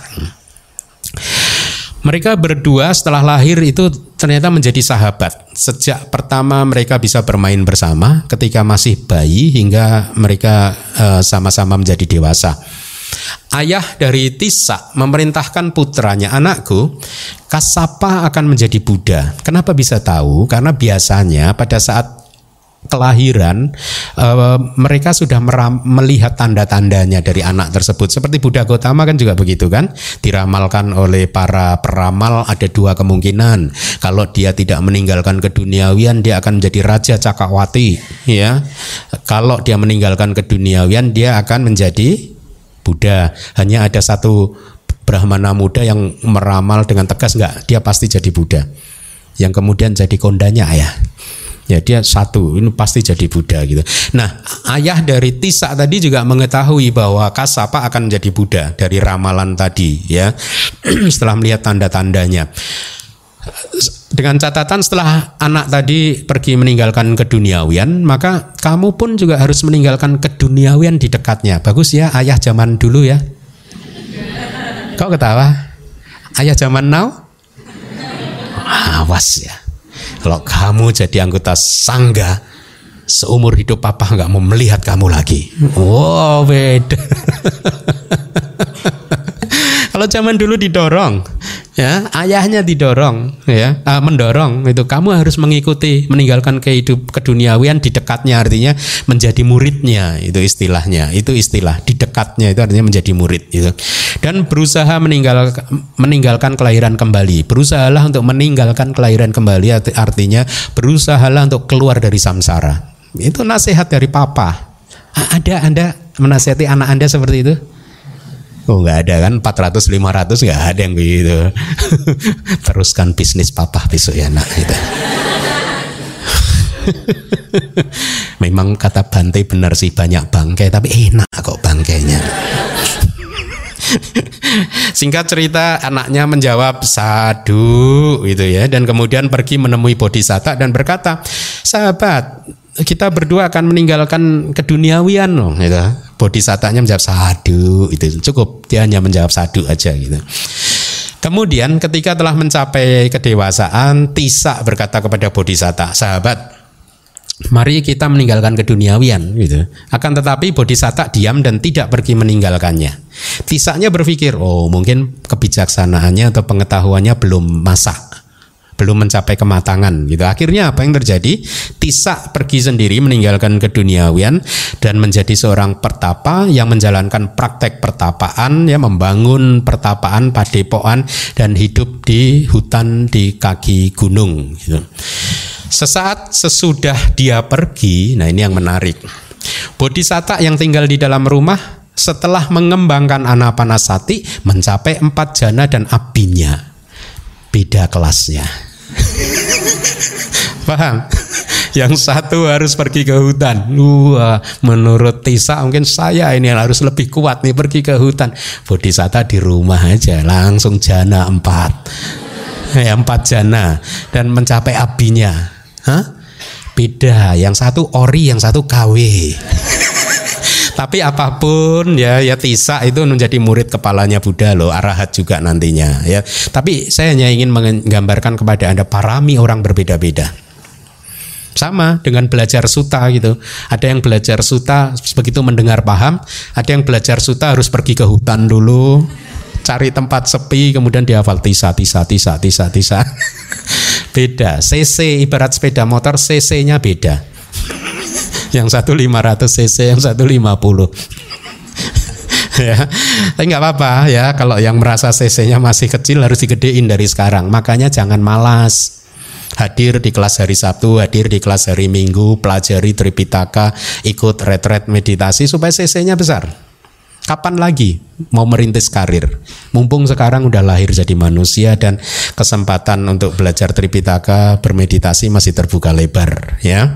Mereka berdua setelah lahir itu ternyata menjadi sahabat. Sejak pertama mereka bisa bermain bersama ketika masih bayi hingga mereka sama-sama menjadi dewasa. Ayah dari Tissa memerintahkan putranya, anakku, Kassapa akan menjadi Buddha. Kenapa bisa tahu? Karena biasanya pada saat kelahiran mereka sudah melihat tanda-tandanya dari anak tersebut. Seperti Buddha Gotama kan juga begitu kan, diramalkan oleh para peramal ada 2 kemungkinan. Kalau dia tidak meninggalkan keduniawian, dia akan menjadi Raja Cakrawati, ya. Kalau dia meninggalkan keduniawian, dia akan menjadi Buddha. Hanya ada satu brahmana muda yang meramal dengan tegas, enggak, dia pasti jadi Buddha. Yang kemudian jadi kondanya ayah. Ya, dia satu, ini pasti jadi Buddha, gitu. Nah, ayah dari Tissa tadi juga mengetahui bahwa Kassapa akan menjadi Buddha dari ramalan tadi, ya. Setelah melihat tanda-tandanya. Dengan catatan setelah anak tadi pergi meninggalkan keduniawian, maka kamu pun juga harus meninggalkan keduniawian di dekatnya. Bagus ya, ayah zaman dulu ya. Kok ketawa? Ayah zaman now? Awas ya. Kalau kamu jadi anggota sangga, seumur hidup papa nggak mau melihat kamu lagi. Wow, beda. Kalau zaman dulu didorong, ya, ayahnya didorong, ya, mendorong itu kamu harus mengikuti, meninggalkan keduniawian di dekatnya, artinya menjadi muridnya, itu istilahnya, itu istilah di dekatnya itu artinya menjadi murid, gitu. Dan berusaha meninggalkan kelahiran kembali. Berusahalah untuk meninggalkan kelahiran kembali, artinya berusahalah untuk keluar dari samsara. Itu nasihat dari papa. Ada Anda menasihati anak Anda seperti itu? Oh, nggak ada kan, 400-500 nggak ada yang begitu. Teruskan bisnis papa besok ya nak, gitu. Memang kata Bante benar sih, banyak bangkai tapi enak kok bangkainya. Singkat cerita, anaknya menjawab sadhu, gitu ya, dan kemudian pergi menemui bodhisatta dan berkata, sahabat, kita berdua akan meninggalkan keduniawian loh, gitu. Bodhisattanya menjawab sadhu, itu cukup, dia hanya menjawab sadhu aja, gitu. Kemudian ketika telah mencapai kedewasaan, Tissa berkata kepada bodhisatta, sahabat, mari kita meninggalkan keduniawian, gitu. Akan tetapi bodhisatta diam dan tidak pergi meninggalkannya. Tissanya berpikir, oh mungkin kebijaksanaannya atau pengetahuannya belum masak, belum mencapai kematangan, gitu. Akhirnya apa yang terjadi? Tissa pergi sendiri meninggalkan keduniawian dan menjadi seorang pertapa yang menjalankan praktek pertapaan, ya, membangun pertapaan padepokan dan hidup di hutan di kaki gunung, gitu. Sesaat sesudah dia pergi, nah ini yang menarik. Bodhisatta yang tinggal di dalam rumah setelah mengembangkan anapanasati mencapai 4 jana dan abhinya. Beda kelasnya. Paham? Yang satu harus pergi ke hutan. Menurut Tisa mungkin saya ini harus lebih kuat nih pergi ke hutan. Bodhisatta di rumah aja langsung jana 4. 4 jana dan mencapai abhinya. Beda, yang satu ori, yang satu KW. Tapi apapun ya Tisa itu menjadi murid kepalanya Buddha loh, arahat juga nantinya ya. Tapi saya hanya ingin menggambarkan kepada Anda parami orang berbeda-beda. Sama dengan belajar sutta gitu. Ada yang belajar sutta begitu mendengar paham, ada yang belajar sutta harus pergi ke hutan dulu, cari tempat sepi, kemudian dihafal Tisa. Beda. CC ibarat sepeda motor, CC-nya beda. Yang satu 500 cc, yang satu 50. Ya, tapi nggak apa-apa ya. Kalau yang merasa cc-nya masih kecil harus digedein dari sekarang. Makanya jangan malas. Hadir di kelas hari Sabtu, hadir di kelas hari Minggu, pelajari Tripitaka, ikut retret meditasi supaya cc-nya besar. Kapan lagi mau merintis karir? Mumpung sekarang udah lahir jadi manusia dan kesempatan untuk belajar Tripitaka, bermeditasi masih terbuka lebar ya.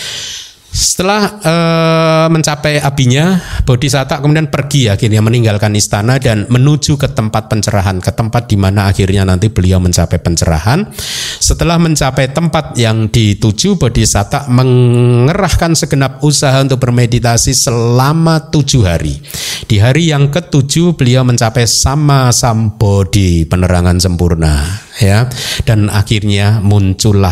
Setelah mencapai abhinya, Bodhisatta kemudian pergi akhirnya meninggalkan istana dan menuju ke tempat pencerahan, ke tempat di mana akhirnya nanti beliau mencapai pencerahan. Setelah mencapai tempat yang dituju, Bodhisatta mengerahkan segenap usaha untuk bermeditasi selama 7 hari. Di hari yang ke-7 beliau mencapai Sama Sambodhi, penerangan sempurna ya. Dan akhirnya muncullah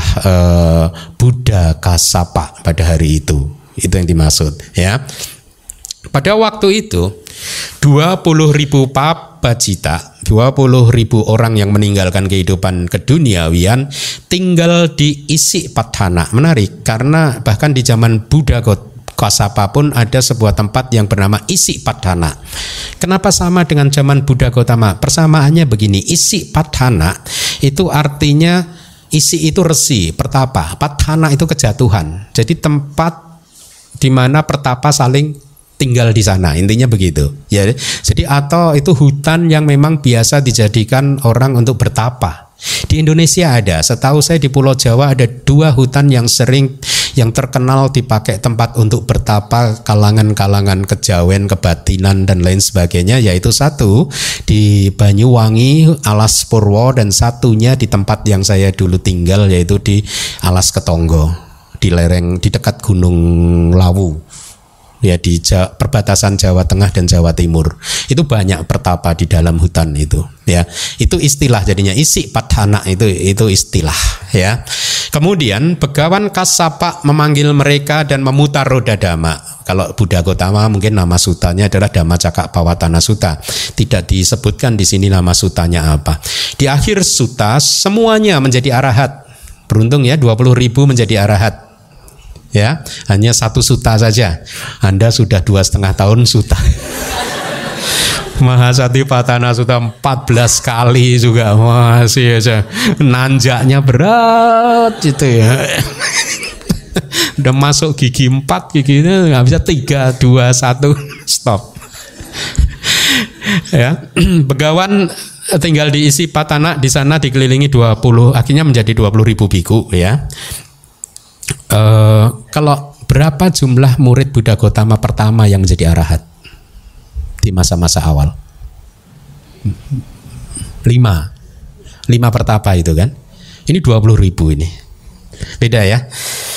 Buddha Kassapa pada hari itu. Itu yang dimaksud ya. Pada waktu itu 20.000 papacita, 20.000 orang yang meninggalkan kehidupan keduniawian tinggal di Isipatthana. Menarik karena bahkan di zaman Buddha Kassapa pun ada sebuah tempat yang bernama Isipatthana. Kenapa sama dengan zaman Buddha Gautama? Persamaannya begini, Isipatthana itu artinya isi itu resi, pertapa, patthana itu kejatuhan. Jadi tempat di mana pertapa saling tinggal di sana, intinya begitu. Ya, jadi atau itu hutan yang memang biasa dijadikan orang untuk bertapa. Di Indonesia ada, setahu saya di Pulau Jawa ada 2 hutan yang terkenal dipakai tempat untuk bertapa kalangan-kalangan kejawen, kebatinan dan lain sebagainya, yaitu satu di Banyuwangi Alas Purwo dan satunya di tempat yang saya dulu tinggal yaitu di Alas Ketonggo di lereng di dekat Gunung Lawu. Ya di perbatasan Jawa Tengah dan Jawa Timur. Itu banyak pertapa di dalam hutan itu ya. Itu istilah jadinya Isipatthana itu istilah ya. Kemudian Begawan Kassapa memanggil mereka dan memutar roda dhamma. Kalau Buddha Gautama mungkin nama sutanya adalah Dhammacakkappavattana Sutta. Tidak disebutkan di sini nama sutanya apa. Di akhir sutta semuanya menjadi arahat. Beruntung ya 20.000 menjadi arahat. Ya, hanya 1 sutta saja. Anda sudah 2,5 tahun sutta. Mahasatipatthana Sutta 14 kali juga masih aja. Nanjaknya berat gitu ya. Udah masuk gigi 4, giginya nggak bisa 3, 2, 1 stop. Ya, Begawan tinggal di Isipatthana, di sana dikelilingi 20, akhirnya menjadi 20.000 biku ya. Kalau berapa jumlah murid Buddha Gautama pertama yang menjadi arahat di masa-masa awal? 5 pertapa itu kan. Ini 20.000 ini. Beda ya.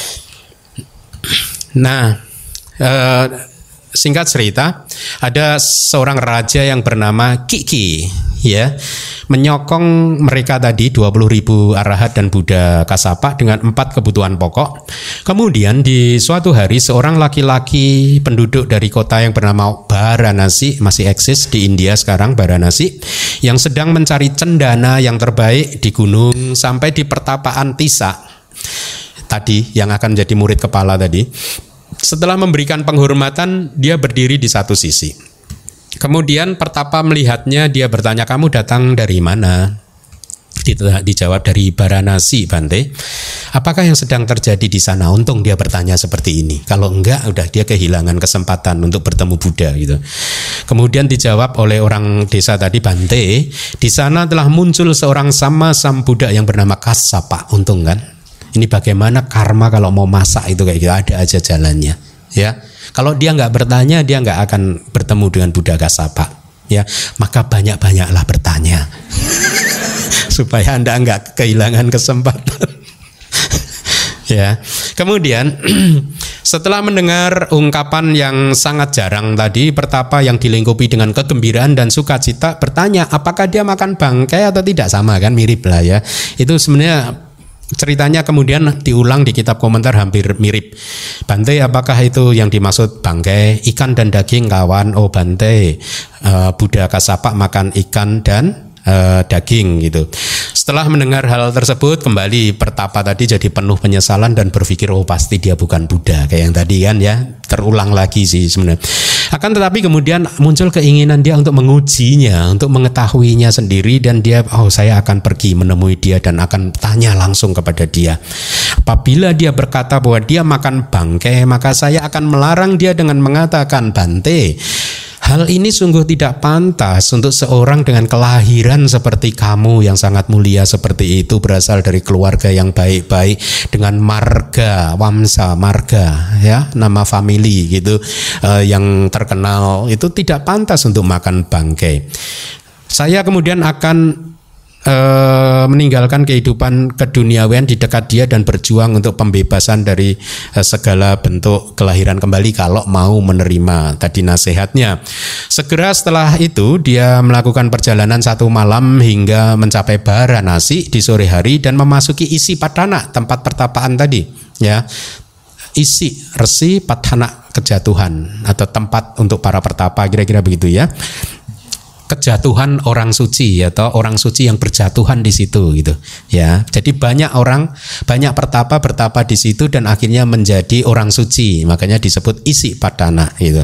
Nah, singkat cerita, ada seorang raja yang bernama Kiki ya, menyokong mereka tadi 20.000 arahat dan Buddha Kassapa dengan 4 kebutuhan pokok. Kemudian di suatu hari seorang laki-laki penduduk dari kota yang bernama Varanasi, masih eksis di India sekarang Varanasi, yang sedang mencari cendana yang terbaik di gunung sampai di pertapaan Tisa tadi yang akan menjadi murid kepala tadi. Setelah memberikan penghormatan, dia berdiri di satu sisi. Kemudian pertapa melihatnya, dia bertanya, "Kamu datang dari mana?" Dijawab dari Varanasi, Bante. Apakah yang sedang terjadi di sana? Untung dia bertanya seperti ini. Kalau enggak, udah dia kehilangan kesempatan untuk bertemu Buddha gitu. Kemudian dijawab oleh orang desa tadi, Bante, di sana telah muncul seorang sama Sam Buddha yang bernama Kassapa. Untung kan? Ini bagaimana karma kalau mau masak itu kayak gitu, ada aja jalannya. Ya, kalau dia nggak bertanya, dia nggak akan bertemu dengan Buddha Kassapa. Ya, maka banyak-banyaklah bertanya supaya Anda nggak kehilangan kesempatan. Ya, kemudian setelah mendengar ungkapan yang sangat jarang tadi, pertapa yang dilingkupi dengan kegembiraan dan sukacita bertanya, apakah dia makan bangkai atau tidak? Sama kan, mirip lah ya. Itu sebenarnya ceritanya kemudian diulang di kitab komentar hampir mirip. Bante, apakah itu yang dimaksud bangkai? Ikan dan daging kawan. Oh Bante, Buddha Kassapa makan ikan dan daging gitu. Setelah mendengar hal tersebut, kembali pertapa tadi jadi penuh penyesalan dan berpikir, oh pasti dia bukan Buddha, kayak yang tadi kan ya, terulang lagi sih sebenarnya. Akan tetapi kemudian muncul keinginan dia untuk mengujinya, untuk mengetahuinya sendiri, dan dia, oh saya akan pergi menemui dia dan akan tanya langsung kepada dia. Apabila dia berkata bahwa dia makan bangkai, maka saya akan melarang dia dengan mengatakan, Bante, hal ini sungguh tidak pantas untuk seorang dengan kelahiran seperti kamu yang sangat mulia seperti itu, berasal dari keluarga yang baik-baik dengan marga, wamsa, marga, ya, nama family gitu, yang terkenal, itu tidak pantas untuk makan bangkai. Saya kemudian akan meninggalkan kehidupan keduniawian di dekat dia dan berjuang untuk pembebasan dari segala bentuk kelahiran kembali kalau mau menerima tadi nasihatnya. Segera setelah itu dia melakukan perjalanan 1 malam hingga mencapai Varanasi di sore hari dan memasuki Isipadana, tempat pertapaan tadi ya. Isi, resi, padana, kejatuhan atau tempat untuk para pertapa, kira-kira begitu ya. Kejatuhan orang suci atau orang suci yang berjatuhan di situ gitu ya. Jadi banyak pertapa bertapa di situ dan akhirnya menjadi orang suci, makanya disebut Isipadana gitu.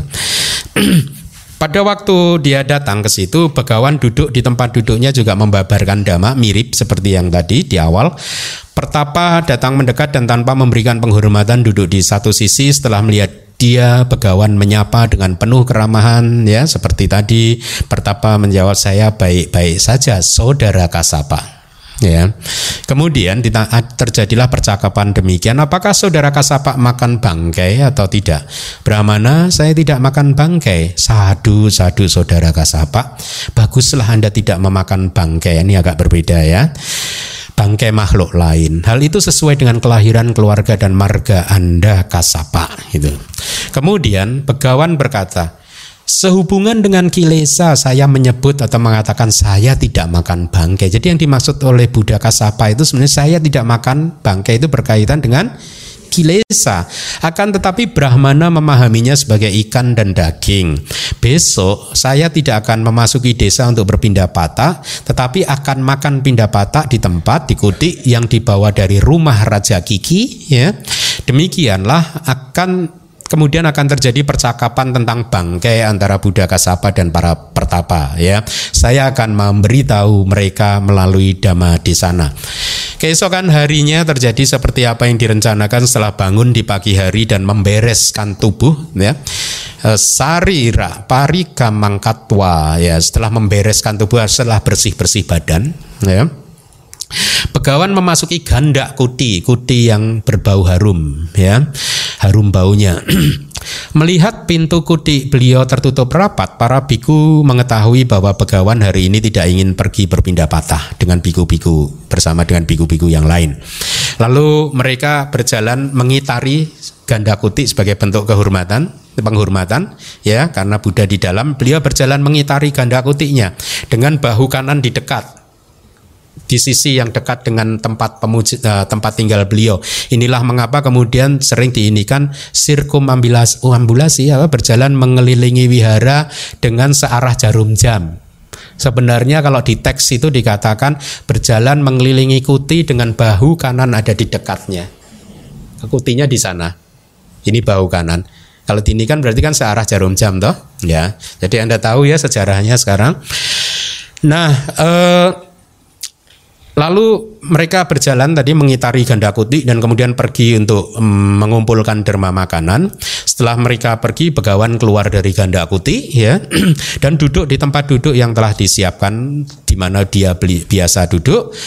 Pada waktu dia datang ke situ, Begawan duduk di tempat duduknya juga membabarkan dhamma, mirip seperti yang tadi di awal. Pertapa datang mendekat dan tanpa memberikan penghormatan duduk di satu sisi. Setelah melihat dia, Begawan menyapa dengan penuh keramahan ya, seperti tadi. Pertapa menjawab, saya baik-baik saja, saudara Kassapa. Ya. Kemudian terjadilah percakapan demikian, apakah saudara Kassapa makan bangkai atau tidak? Brahmana, saya tidak makan bangkai. Sadu saudara Kassapa, baguslah Anda tidak memakan bangkai. Ini agak berbeda ya, bangkai makhluk lain. Hal itu sesuai dengan kelahiran, keluarga dan marga Anda Kassapa gitu. Kemudian Begawan berkata, sehubungan dengan kilesa saya menyebut atau mengatakan saya tidak makan bangkai. Jadi yang dimaksud oleh Buddha Kassapa itu sebenarnya saya tidak makan bangkai itu berkaitan dengan kilesa. Akan tetapi Brahmana memahaminya sebagai ikan dan daging. Besok saya tidak akan memasuki desa untuk berpindah patah, tetapi akan makan pindah patah di tempat, di kutik yang dibawa dari rumah Raja Kiki ya. Demikianlah kemudian akan terjadi percakapan tentang bangkai antara Buddha Kassapa dan para pertapa ya. Saya akan memberitahu mereka melalui dhamma di sana. Keesokan harinya terjadi seperti apa yang direncanakan setelah bangun di pagi hari dan membereskan tubuh ya. Sarira parikamangkatwa ya, setelah membereskan tubuh, setelah bersih-bersih badan ya. Begawan memasuki gandak kuti yang berbau harum ya, harum baunya. Melihat pintu kuti beliau tertutup rapat, para biku mengetahui bahwa Begawan hari ini tidak ingin pergi berpindah patah dengan biku-biku bersama dengan biku-biku yang lain. Lalu mereka berjalan mengitari gandak kuti sebagai bentuk penghormatan ya, karena Buddha di dalam, beliau berjalan mengitari gandak kutinya dengan bahu kanan di dekat, di sisi yang dekat dengan tempat tinggal beliau. Inilah mengapa kemudian sering diinikan sirkumambulasi berjalan mengelilingi wihara dengan searah jarum jam. Sebenarnya kalau di teks itu dikatakan berjalan mengelilingi kuti dengan bahu kanan ada di dekatnya. Kutinya di sana. Ini bahu kanan. Kalau diinikan berarti kan searah jarum jam toh, ya. Jadi Anda tahu ya sejarahnya sekarang. Nah, Lalu mereka berjalan tadi mengitari Gandakuti dan kemudian pergi untuk mengumpulkan derma makanan. Setelah mereka pergi, Begawan keluar dari Gandakuti ya dan duduk di tempat duduk yang telah disiapkan di mana dia biasa duduk.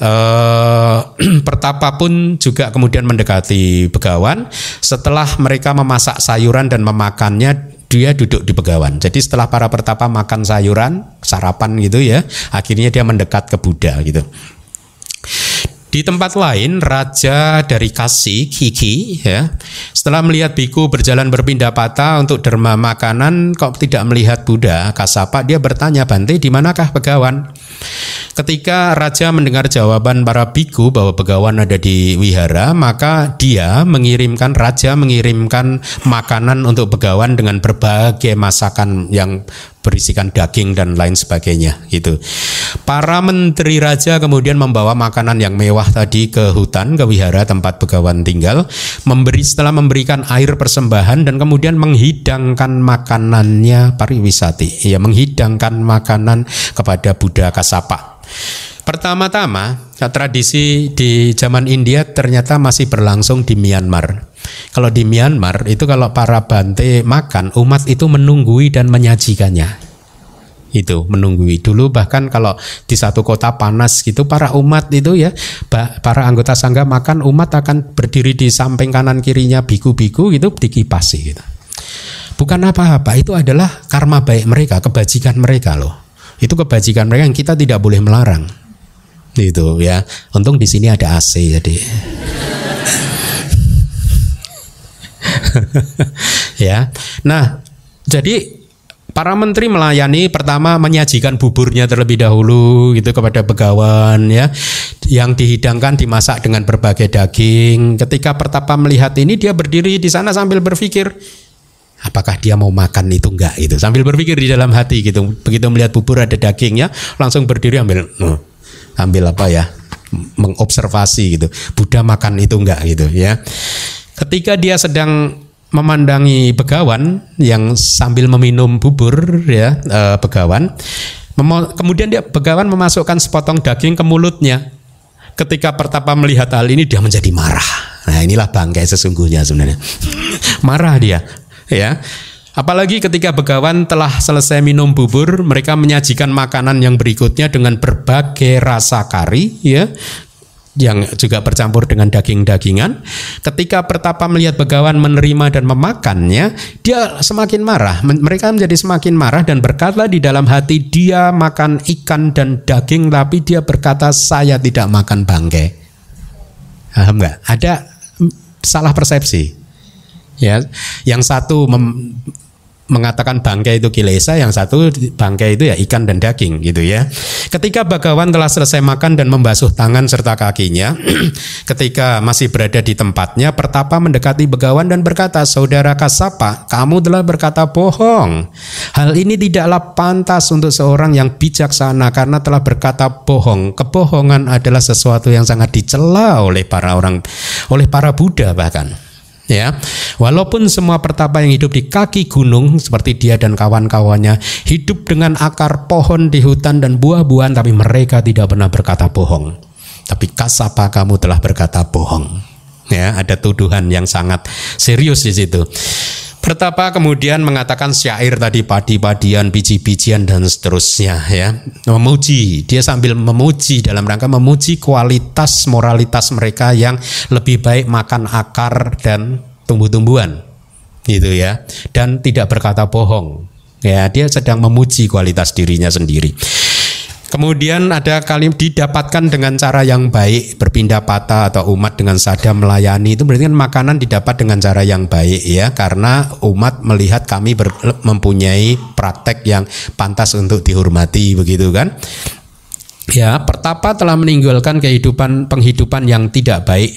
Pertapa pun juga kemudian mendekati Begawan. Setelah mereka memasak sayuran dan memakannya, dia duduk di Begawan. Jadi setelah para pertapa makan sayuran, sarapan gitu ya, akhirnya dia mendekat ke Buddha gitu. Di tempat lain, raja dari Kasi, Kiki, ya, setelah melihat biku berjalan berpindah patah untuk derma makanan, kok tidak melihat Buddha, Kasapa, dia bertanya, Bante, di manakah Begawan? Ketika raja mendengar jawaban para biku bahwa Begawan ada di wihara, maka raja mengirimkan makanan untuk Begawan dengan berbagai masakan yang berisikan daging dan lain sebagainya gitu. Para menteri raja kemudian membawa makanan yang mewah tadi ke hutan, ke wihara tempat Begawan tinggal, setelah memberikan air persembahan dan kemudian menghidangkan makanannya pariwisati, ya, menghidangkan makanan kepada Buddha Kasapa. Pertama-tama tradisi di zaman India ternyata masih berlangsung di Myanmar. Kalau di Myanmar itu kalau para bante makan, umat itu menunggui dan menyajikannya. Itu menunggui. Dulu bahkan kalau di satu kota panas gitu, para umat itu ya, para anggota sangga makan, umat akan berdiri di samping kanan kirinya biku-biku gitu, dikipasi gitu. Bukan apa-apa, itu adalah karma baik mereka, kebajikan mereka loh. Itu kebajikan mereka yang kita tidak boleh melarang. Itu ya. Untung di sini ada AC jadi. Ya. Nah, jadi para menteri melayani, pertama menyajikan buburnya terlebih dahulu gitu kepada Begawan ya. Yang dihidangkan dimasak dengan berbagai daging. Ketika pertapa melihat ini, dia berdiri di sana sambil berpikir, apakah dia mau makan itu enggak gitu. Sambil berpikir di dalam hati gitu. Begitu melihat bubur ada dagingnya, langsung berdiri ambil apa ya? Mengobservasi gitu. Buddha makan itu enggak gitu ya. Ketika dia sedang memandangi Begawan yang sambil meminum bubur ya, Begawan, kemudian Begawan memasukkan sepotong daging ke mulutnya. Ketika pertapa melihat hal ini, dia menjadi marah. Nah, inilah bangkai sesungguhnya sebenarnya. Marah dia. Ya, apalagi ketika Begawan telah selesai minum bubur, mereka menyajikan makanan yang berikutnya dengan berbagai rasa kari, ya, yang juga bercampur dengan daging-dagingan. Ketika pertapa melihat Begawan menerima dan memakannya, dia semakin marah. Mereka menjadi semakin marah dan berkata di dalam hati, dia makan ikan dan daging, tapi dia berkata, saya tidak makan bangkai. Paham nggak? Ada salah persepsi. Ya, yang satu mengatakan bangkai itu kilesa, yang satu bangkai itu ya ikan dan daging gitu ya. Ketika Begawan telah selesai makan dan membasuh tangan serta kakinya, ketika masih berada di tempatnya, pertapa mendekati Begawan dan berkata, saudara Kasapa, kamu telah berkata bohong. Hal ini tidaklah pantas untuk seorang yang bijaksana karena telah berkata bohong. Kebohongan adalah sesuatu yang sangat dicela oleh para Buddha bahkan. Ya, walaupun semua pertapa yang hidup di kaki gunung seperti dia dan kawan-kawannya hidup dengan akar pohon di hutan dan buah-buahan, tapi mereka tidak pernah berkata bohong. Tapi Kasapa, kamu telah berkata bohong. Ya, ada tuduhan yang sangat serius di situ. Pertapa kemudian mengatakan syair tadi, padi-padian, biji-bijian dan seterusnya ya. Memuji, dia sambil memuji dalam rangka memuji kualitas moralitas mereka yang lebih baik makan akar dan tumbuh-tumbuhan. Gitu ya. Dan tidak berkata bohong. Ya, dia sedang memuji kualitas dirinya sendiri. Kemudian ada kalimat didapatkan dengan cara yang baik, berpindah patah atau umat dengan sadar melayani, itu berarti kan makanan didapat dengan cara yang baik ya, karena umat melihat kami mempunyai praktek yang pantas untuk dihormati begitu kan. Ya, pertapa telah meninggalkan penghidupan yang tidak baik,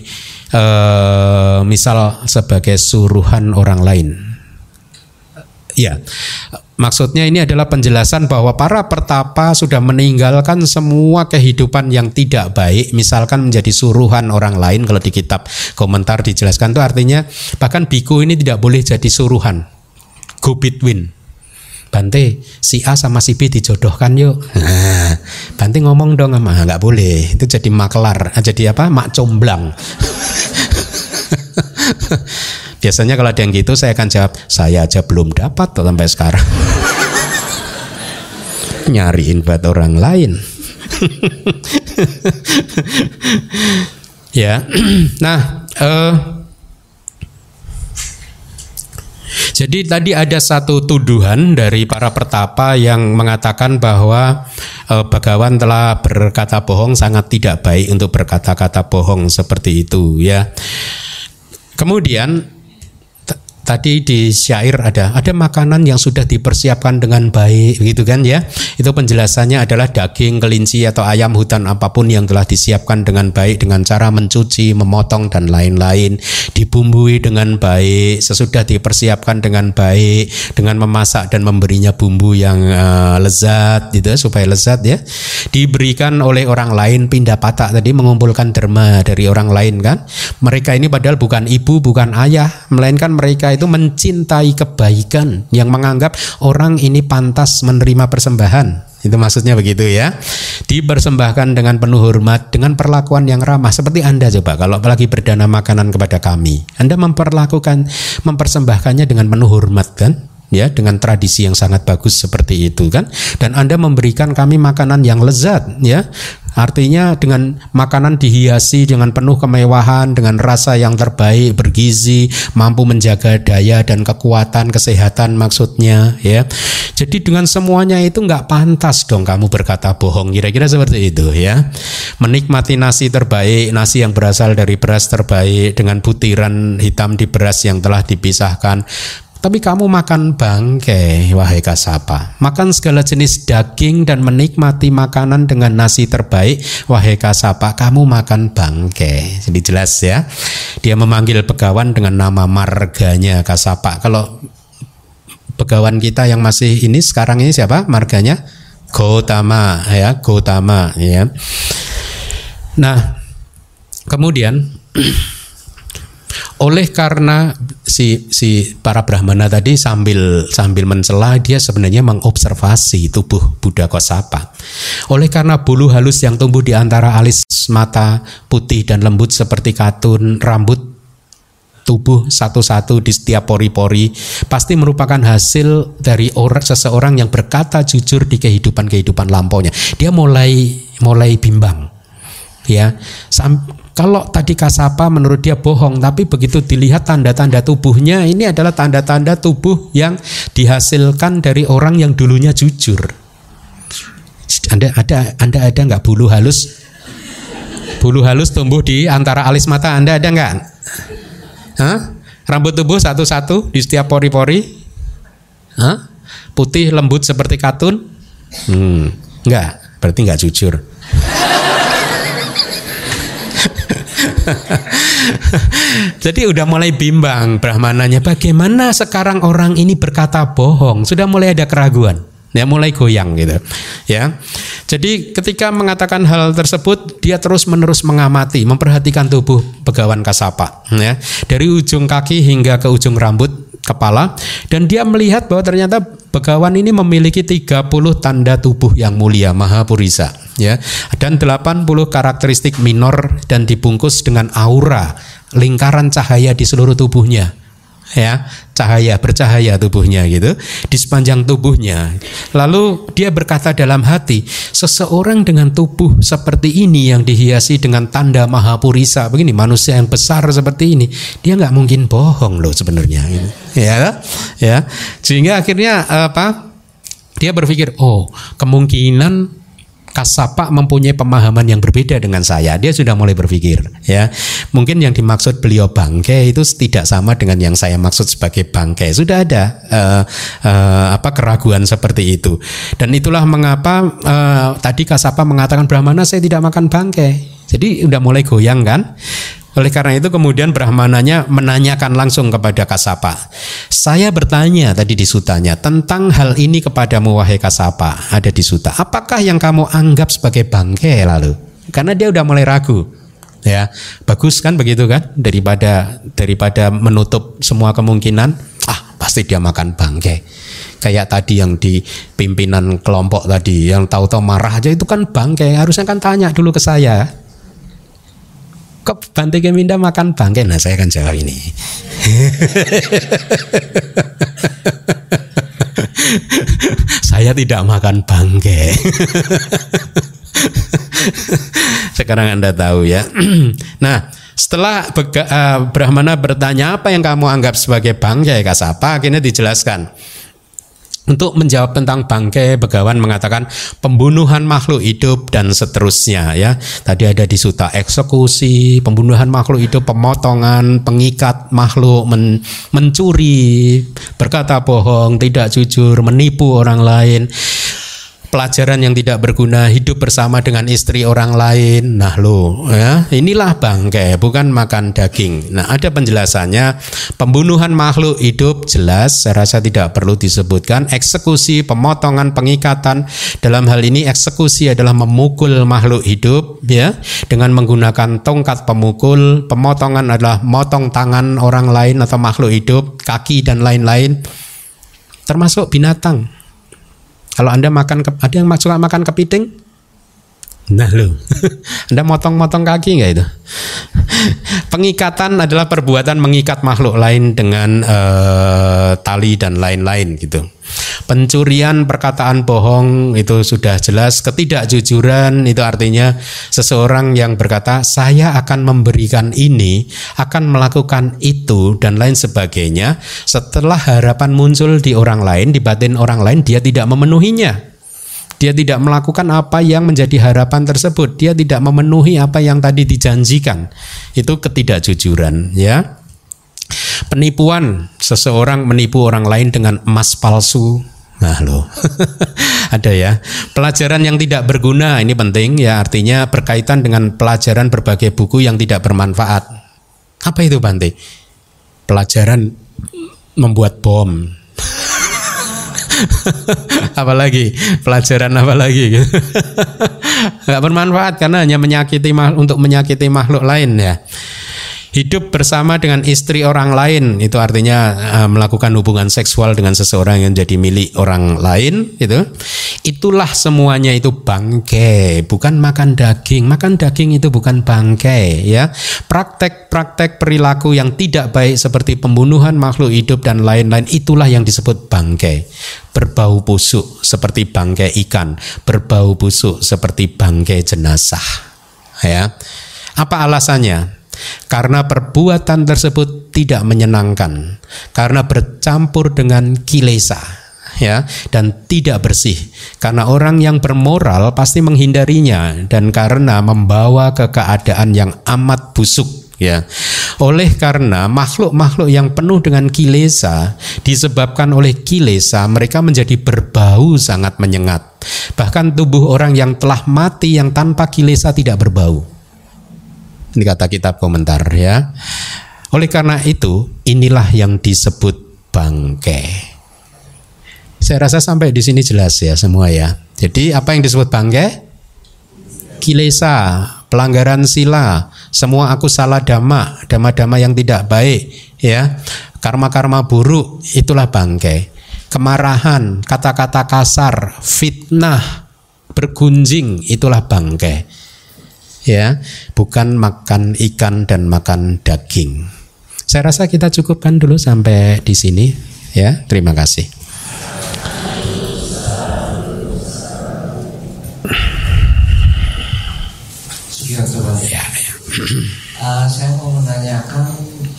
misal sebagai suruhan orang lain. Ya, maksudnya ini adalah penjelasan bahwa para pertapa sudah meninggalkan semua kehidupan yang tidak baik, misalkan menjadi suruhan orang lain. Kalau di kitab komentar dijelaskan itu artinya bahkan biku ini tidak boleh jadi suruhan, go between. Bante, si A sama si B dijodohkan yuk. Nah, Bante ngomong dong, nggak boleh. Itu jadi maklar, jadi apa? Mak comblang. Biasanya kalau ada yang gitu saya akan jawab, saya aja belum dapat sampai sekarang. Nyariin buat orang lain. Ya, nah, jadi tadi ada satu tuduhan dari para pertapa yang mengatakan bahwa Bhagawan telah berkata bohong, sangat tidak baik untuk berkata-kata bohong seperti itu, ya. Kemudian tadi di syair ada makanan yang sudah dipersiapkan dengan baik, gitu kan ya. Itu penjelasannya adalah daging kelinci atau ayam hutan apapun yang telah disiapkan dengan baik dengan cara mencuci, memotong dan lain-lain, dibumbui dengan baik, sesudah dipersiapkan dengan baik dengan memasak dan memberinya bumbu yang lezat gitu supaya lezat ya. Diberikan oleh orang lain, pindah patah tadi mengumpulkan derma dari orang lain kan. Mereka ini padahal bukan ibu, bukan ayah, melainkan mereka itu mencintai kebaikan, yang menganggap orang ini pantas menerima persembahan. Itu maksudnya begitu ya. Dipersembahkan dengan penuh hormat, dengan perlakuan yang ramah. Seperti Anda coba kalau lagi berdana makanan kepada kami, Anda mempersembahkannya dengan penuh hormat kan? Ya, dengan tradisi yang sangat bagus seperti itu kan. Dan Anda memberikan kami makanan yang lezat ya. Artinya dengan makanan dihiasi dengan penuh kemewahan, dengan rasa yang terbaik, bergizi, mampu menjaga daya dan kekuatan, kesehatan maksudnya ya. Jadi dengan semuanya itu nggak pantas dong kamu berkata bohong, kira-kira seperti itu ya. Menikmati nasi terbaik, nasi yang berasal dari beras terbaik dengan butiran hitam di beras yang telah dipisahkan. Tapi kamu makan bangkai, wahai Kasapa. Makan segala jenis daging dan menikmati makanan dengan nasi terbaik, wahai Kasapa. Kamu makan bangkai. Jadi jelas ya. Dia memanggil Begawan dengan nama marganya Kasapa. Kalau Begawan kita yang masih ini sekarang ini siapa? Marganya Gotama ya, Gotama ya. Nah, kemudian oleh karena si para Brahmana tadi sambil mencela, dia sebenarnya mengobservasi tubuh Buddha Kasapa. Oleh karena bulu halus yang tumbuh di antara alis mata, putih dan lembut seperti katun, rambut tubuh satu-satu di setiap pori-pori, pasti merupakan hasil dari seseorang yang berkata jujur di kehidupan lampaunya. Dia mulai bimbang ya. Kalau tadi Kasapa menurut dia bohong, tapi begitu dilihat tanda-tanda tubuhnya, ini adalah tanda-tanda tubuh yang dihasilkan dari orang yang dulunya jujur. Anda ada nggak bulu halus? Bulu halus tumbuh di antara alis mata Anda ada nggak? Hah? Rambut tubuh satu-satu di setiap pori-pori? Hah? Putih lembut seperti katun? Enggak, berarti nggak jujur. Jadi udah mulai bimbang Brahmananya, bagaimana sekarang orang ini berkata bohong, sudah mulai ada keraguan. Ya, mulai goyang gitu ya. Jadi ketika mengatakan hal tersebut, dia terus-menerus mengamati, memperhatikan tubuh Begawan Kasapa ya, dari ujung kaki hingga ke ujung rambut kepala, dan dia melihat bahwa ternyata Begawan ini memiliki 30 tanda tubuh yang mulia Mahapurisa ya, dan 80 karakteristik minor, dan dibungkus dengan aura, lingkaran cahaya di seluruh tubuhnya ya, bercahaya tubuhnya gitu di sepanjang tubuhnya. Lalu dia berkata dalam hati, seseorang dengan tubuh seperti ini yang dihiasi dengan tanda Mahapurisa begini, manusia yang besar seperti ini, dia nggak mungkin bohong loh sebenarnya ya. Sehingga akhirnya dia berpikir, oh kemungkinan Kasapa mempunyai pemahaman yang berbeda dengan saya. Dia sudah mulai berpikir ya, mungkin yang dimaksud beliau bangkai itu tidak sama dengan yang saya maksud sebagai bangkai. Sudah ada keraguan seperti itu. Dan itulah mengapa tadi Kasapa mengatakan, Brahmana saya tidak makan bangkai. Jadi udah mulai goyang kan. Oleh karena itu kemudian Brahmananya menanyakan langsung kepada Kasapa. Saya bertanya tadi di sutanya tentang hal ini kepadamu wahai Kasapa, ada di suta. Apakah yang kamu anggap sebagai bangkai lalu? Karena dia udah mulai ragu. Ya, bagus kan begitu kan? Daripada menutup semua kemungkinan, pasti dia makan bangkai. Kayak tadi yang di pimpinan kelompok tadi, yang tahu-tahu marah aja itu kan bangke. Harusnya kan tanya dulu ke saya. Kok Bante Keminda makan bangke? Nah, saya akan jawab ini. Saya tidak makan bangke. Sekarang Anda tahu ya. Nah, setelah Brahmana bertanya apa yang kamu anggap sebagai bangke Kasapa, akhirnya dijelaskan. Untuk menjawab tentang bangke, Begawan mengatakan pembunuhan makhluk hidup dan seterusnya ya. Tadi ada di sutta eksekusi, pembunuhan makhluk hidup, pemotongan, pengikat makhluk, mencuri, berkata bohong, tidak jujur, menipu orang lain. Pelajaran yang tidak berguna, hidup bersama dengan istri orang lain. Nah ya, inilah bangke, bukan makan daging. Nah, ada penjelasannya. Pembunuhan makhluk hidup jelas, saya rasa tidak perlu disebutkan. Eksekusi, pemotongan, pengikatan. Dalam hal ini eksekusi adalah memukul makhluk hidup ya, dengan menggunakan tongkat pemukul. Pemotongan adalah motong tangan orang lain atau makhluk hidup, kaki dan lain-lain. Termasuk binatang. Kalau Anda ada yang suka makan kepiting? Nah Anda motong-motong kaki nggak itu? Pengikatan adalah perbuatan mengikat makhluk lain dengan tali dan lain-lain gitu. Pencurian, perkataan bohong itu sudah jelas. Ketidakjujuran itu artinya seseorang yang berkata saya akan memberikan ini, akan melakukan itu dan lain sebagainya. Setelah harapan muncul di orang lain, di batin orang lain, dia tidak memenuhinya. Dia tidak melakukan apa yang menjadi harapan tersebut. Dia tidak memenuhi apa yang tadi dijanjikan. Itu ketidakjujuran ya. Penipuan, seseorang menipu orang lain dengan emas palsu. Nah ada ya. Pelajaran yang tidak berguna, ini penting ya, artinya berkaitan dengan pelajaran berbagai buku yang tidak bermanfaat. Apa itu Bante? Pelajaran membuat bom. Apalagi pelajaran apa lagi? Gak bermanfaat karena hanya untuk menyakiti makhluk lain ya. Hidup bersama dengan istri orang lain itu artinya melakukan hubungan seksual dengan seseorang yang jadi milik orang lain itu. Itulah semuanya itu bangke, bukan makan daging. Makan daging itu bukan bangke ya. Praktek-praktek perilaku yang tidak baik seperti pembunuhan makhluk hidup dan lain-lain, itulah yang disebut bangke. Berbau busuk seperti bangke ikan, berbau busuk seperti bangke jenazah ya. Apa alasannya? Karena perbuatan tersebut tidak menyenangkan, karena bercampur dengan kilesa ya, dan tidak bersih. Karena orang yang bermoral pasti menghindarinya, dan karena membawa ke keadaan yang amat busuk ya. Oleh karena makhluk-makhluk yang penuh dengan kilesa, disebabkan oleh kilesa, mereka menjadi berbau sangat menyengat. Bahkan tubuh orang yang telah mati yang tanpa kilesa tidak berbau. Ini kata kitab komentar ya. Oleh karena itu, inilah yang disebut bangke. Saya rasa sampai di sini jelas ya semua ya. Jadi apa yang disebut bangke? Kilesa, pelanggaran sila, semua akusala dhamma, dhamma-dhamma yang tidak baik ya. Karma-karma buruk, itulah bangke. Kemarahan, kata-kata kasar, fitnah, bergunjing, itulah bangke. Ya, bukan makan ikan dan makan daging. Saya rasa kita cukupkan dulu sampai di sini ya. Terima kasih. Ya. Saya mau menanyakan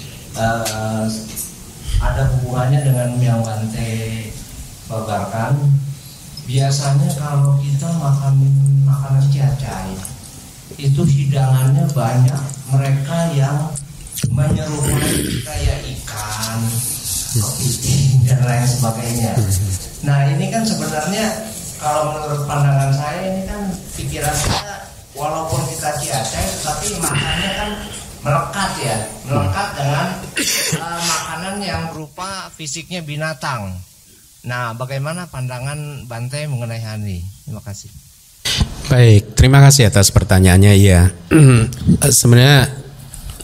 ada hubungannya dengan yang Bante paparkan. Biasanya kalau kita makan makanan cacai, itu hidangannya banyak mereka yang menyerupai kayak ikan, kepiting dan lain sebagainya. Nah ini kan sebenarnya kalau menurut pandangan saya ini kan pikiran saya, walaupun kita ciacai tapi makannya kan melekat ya, melekat dengan makanan yang berupa fisiknya binatang. Nah bagaimana pandangan Bante mengenai hal ini? Terima kasih. Baik, terima kasih atas pertanyaannya ya. Sebenarnya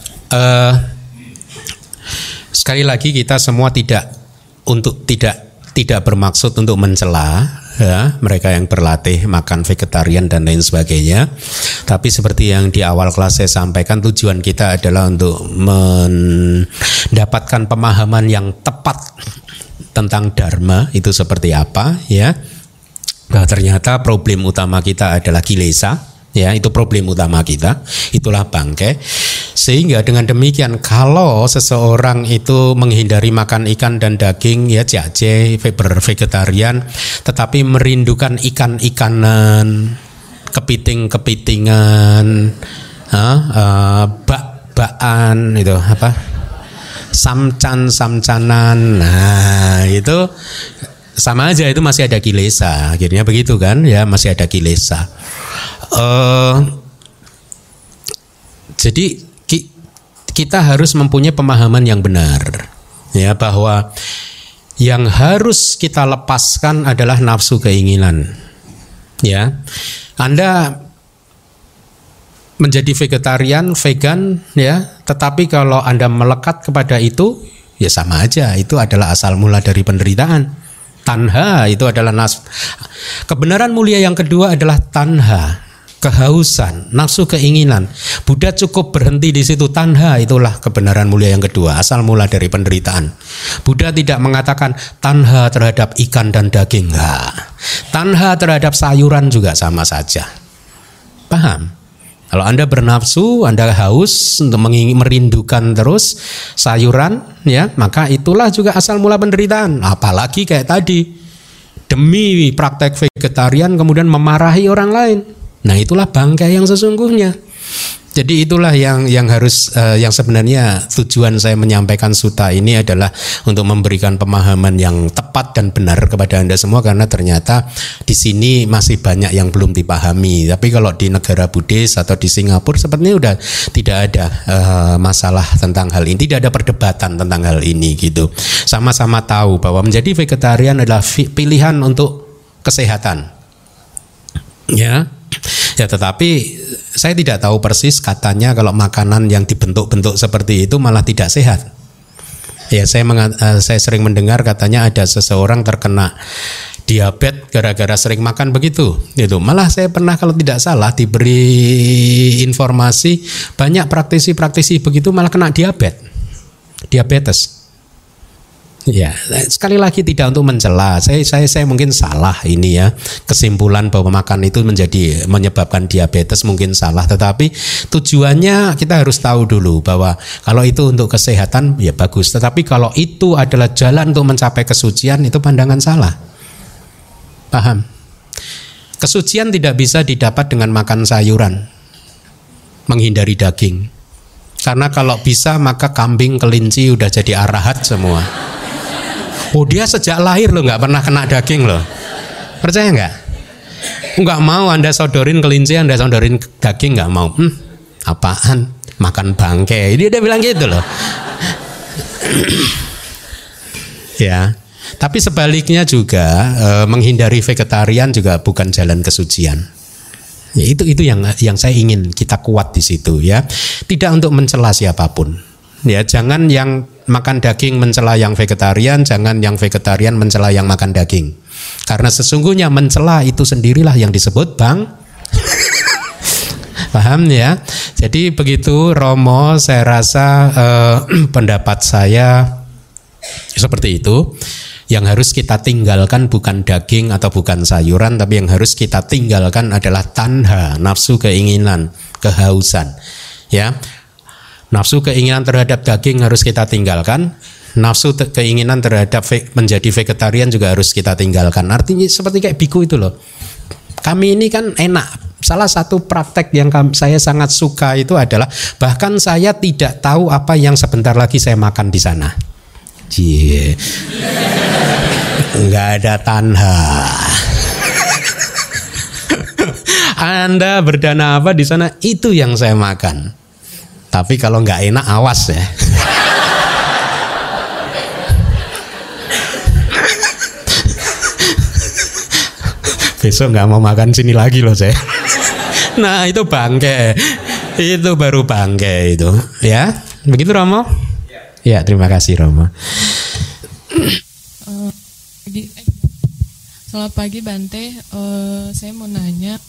sekali lagi kita semua tidak tidak bermaksud untuk mencela ya, mereka yang berlatih makan vegetarian dan lain sebagainya. Tapi seperti yang di awal kelas saya sampaikan, tujuan kita adalah untuk mendapatkan pemahaman yang tepat tentang dharma itu seperti apa ya. Nah, ternyata problem utama kita adalah kilesa. Ya, itu problem utama kita, itulah bangkai. Sehingga dengan demikian kalau seseorang itu menghindari makan ikan dan daging ya jaje vegetarian, tetapi merindukan ikan-ikanan, kepiting-kepitingan, bak-bakan itu apa? Samcan-samcanan. Nah, itu sama aja, itu masih ada kilesa. Akhirnya begitu kan? Ya, masih ada kilesa. Jadi kita harus mempunyai pemahaman yang benar ya, bahwa yang harus kita lepaskan adalah nafsu keinginan ya. Anda menjadi vegetarian, vegan ya, tetapi kalau Anda melekat kepada itu ya sama aja, itu adalah asal mula dari penderitaan. Tanha itu adalah kebenaran mulia yang kedua adalah tanha, kehausan, nafsu keinginan. Buddha cukup berhenti di situ. Tanha itulah kebenaran mulia yang kedua, asal mula dari penderitaan. Buddha tidak mengatakan tanha terhadap ikan dan daging. Enggak. Tanha terhadap sayuran juga sama saja. Paham? Kalau Anda bernafsu, Anda haus untuk merindukan terus sayuran ya, maka itulah juga asal mula penderitaan. Apalagi kayak tadi, demi praktek vegetarian kemudian memarahi orang lain. Nah, itulah bangkai yang sesungguhnya. Jadi itulah yang harus yang sebenarnya tujuan saya menyampaikan sutta ini adalah untuk memberikan pemahaman yang tepat dan benar kepada Anda semua, karena ternyata di sini masih banyak yang belum dipahami. Tapi kalau di negara Buddhis atau di Singapura sepertinya udah tidak ada masalah tentang hal ini, tidak ada perdebatan tentang hal ini gitu. Sama-sama tahu bahwa menjadi vegetarian adalah pilihan untuk kesehatan. Ya, tetapi saya tidak tahu persis, katanya kalau makanan yang dibentuk-bentuk seperti itu malah tidak sehat. Ya, saya sering mendengar katanya ada seseorang terkena diabetes gara-gara sering makan begitu. Itu malah saya pernah kalau tidak salah diberi informasi banyak praktisi-praktisi begitu malah kena diabetes. Ya, sekali lagi tidak untuk mencela. Saya mungkin salah ini ya. Kesimpulan bahwa makan itu menyebabkan diabetes mungkin salah, tetapi tujuannya kita harus tahu dulu bahwa kalau itu untuk kesehatan ya bagus, tetapi kalau itu adalah jalan untuk mencapai kesucian itu pandangan salah. Paham? Kesucian tidak bisa didapat dengan makan sayuran, menghindari daging. Karena kalau bisa maka kambing, kelinci udah jadi arahat semua. Oh, dia sejak lahir loh nggak pernah kena daging loh. Percaya nggak? Nggak mau Anda sodorin kelinci, Anda sodorin daging nggak mau. Apaan? Makan bangkai. Dia bilang gitu loh. Ya. Tapi sebaliknya juga menghindari vegetarian juga bukan jalan kesucian. Ya, itu yang saya ingin kita kuat di situ ya. Tidak untuk mencela siapapun. Ya, jangan yang makan daging mencela yang vegetarian, jangan yang vegetarian mencela yang makan daging. Karena sesungguhnya mencela itu sendirilah yang disebut paham ya? Jadi begitu Romo, saya rasa pendapat saya seperti itu. Yang harus kita tinggalkan bukan daging atau bukan sayuran, tapi yang harus kita tinggalkan adalah tanha, nafsu keinginan, kehausan. Ya. Nafsu keinginan terhadap daging harus kita tinggalkan. Nafsu keinginan terhadap menjadi vegetarian juga harus kita tinggalkan. Artinya seperti kayak biku itu loh. Kami ini kan enak. Salah satu praktek yang saya sangat suka itu adalah bahkan saya tidak tahu apa yang sebentar lagi saya makan di sana. Nggak ada tanha. Anda berdana apa di sana, itu yang saya makan. Tapi kalau nggak enak awas ya. Besok nggak mau makan sini lagi loh saya. Nah itu bangkai, itu baru bangkai itu ya. Begitu Romo? Ya, terima kasih Romo. Jadi Selamat pagi Bante, saya mau nanya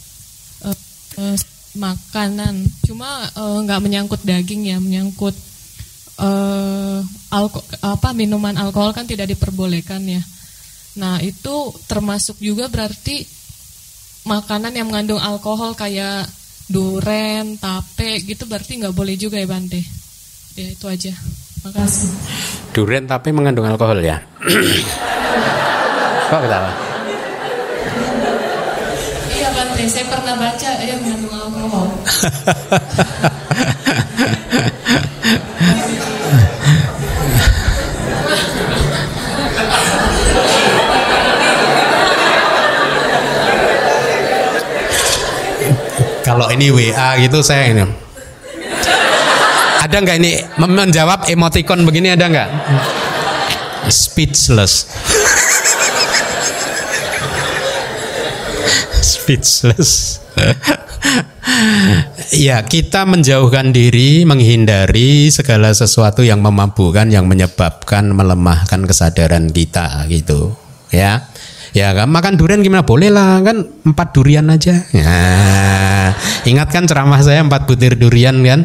makanan, cuma nggak menyangkut daging ya, menyangkut minuman alkohol kan tidak diperbolehkan ya. Nah itu termasuk juga berarti makanan yang mengandung alkohol kayak duren, tape gitu berarti nggak boleh juga ya Bante? Ya itu aja. Makasih. Duren tape mengandung alkohol ya? Kok ketawa? Iya Bante, saya pernah baca yang mengandung alkohol. Kalau ini WA gitu saya ini. Ada nggak ini menjawab emoticon begini, ada nggak? Speechless. Speechless. Ya, kita menjauhkan diri, menghindari segala sesuatu yang memabukkan, yang menyebabkan melemahkan kesadaran kita gitu. Ya. Ya kan, makan durian gimana? Boleh lah kan, 4 durian aja. Nah, ingat kan ceramah saya 4 butir durian kan.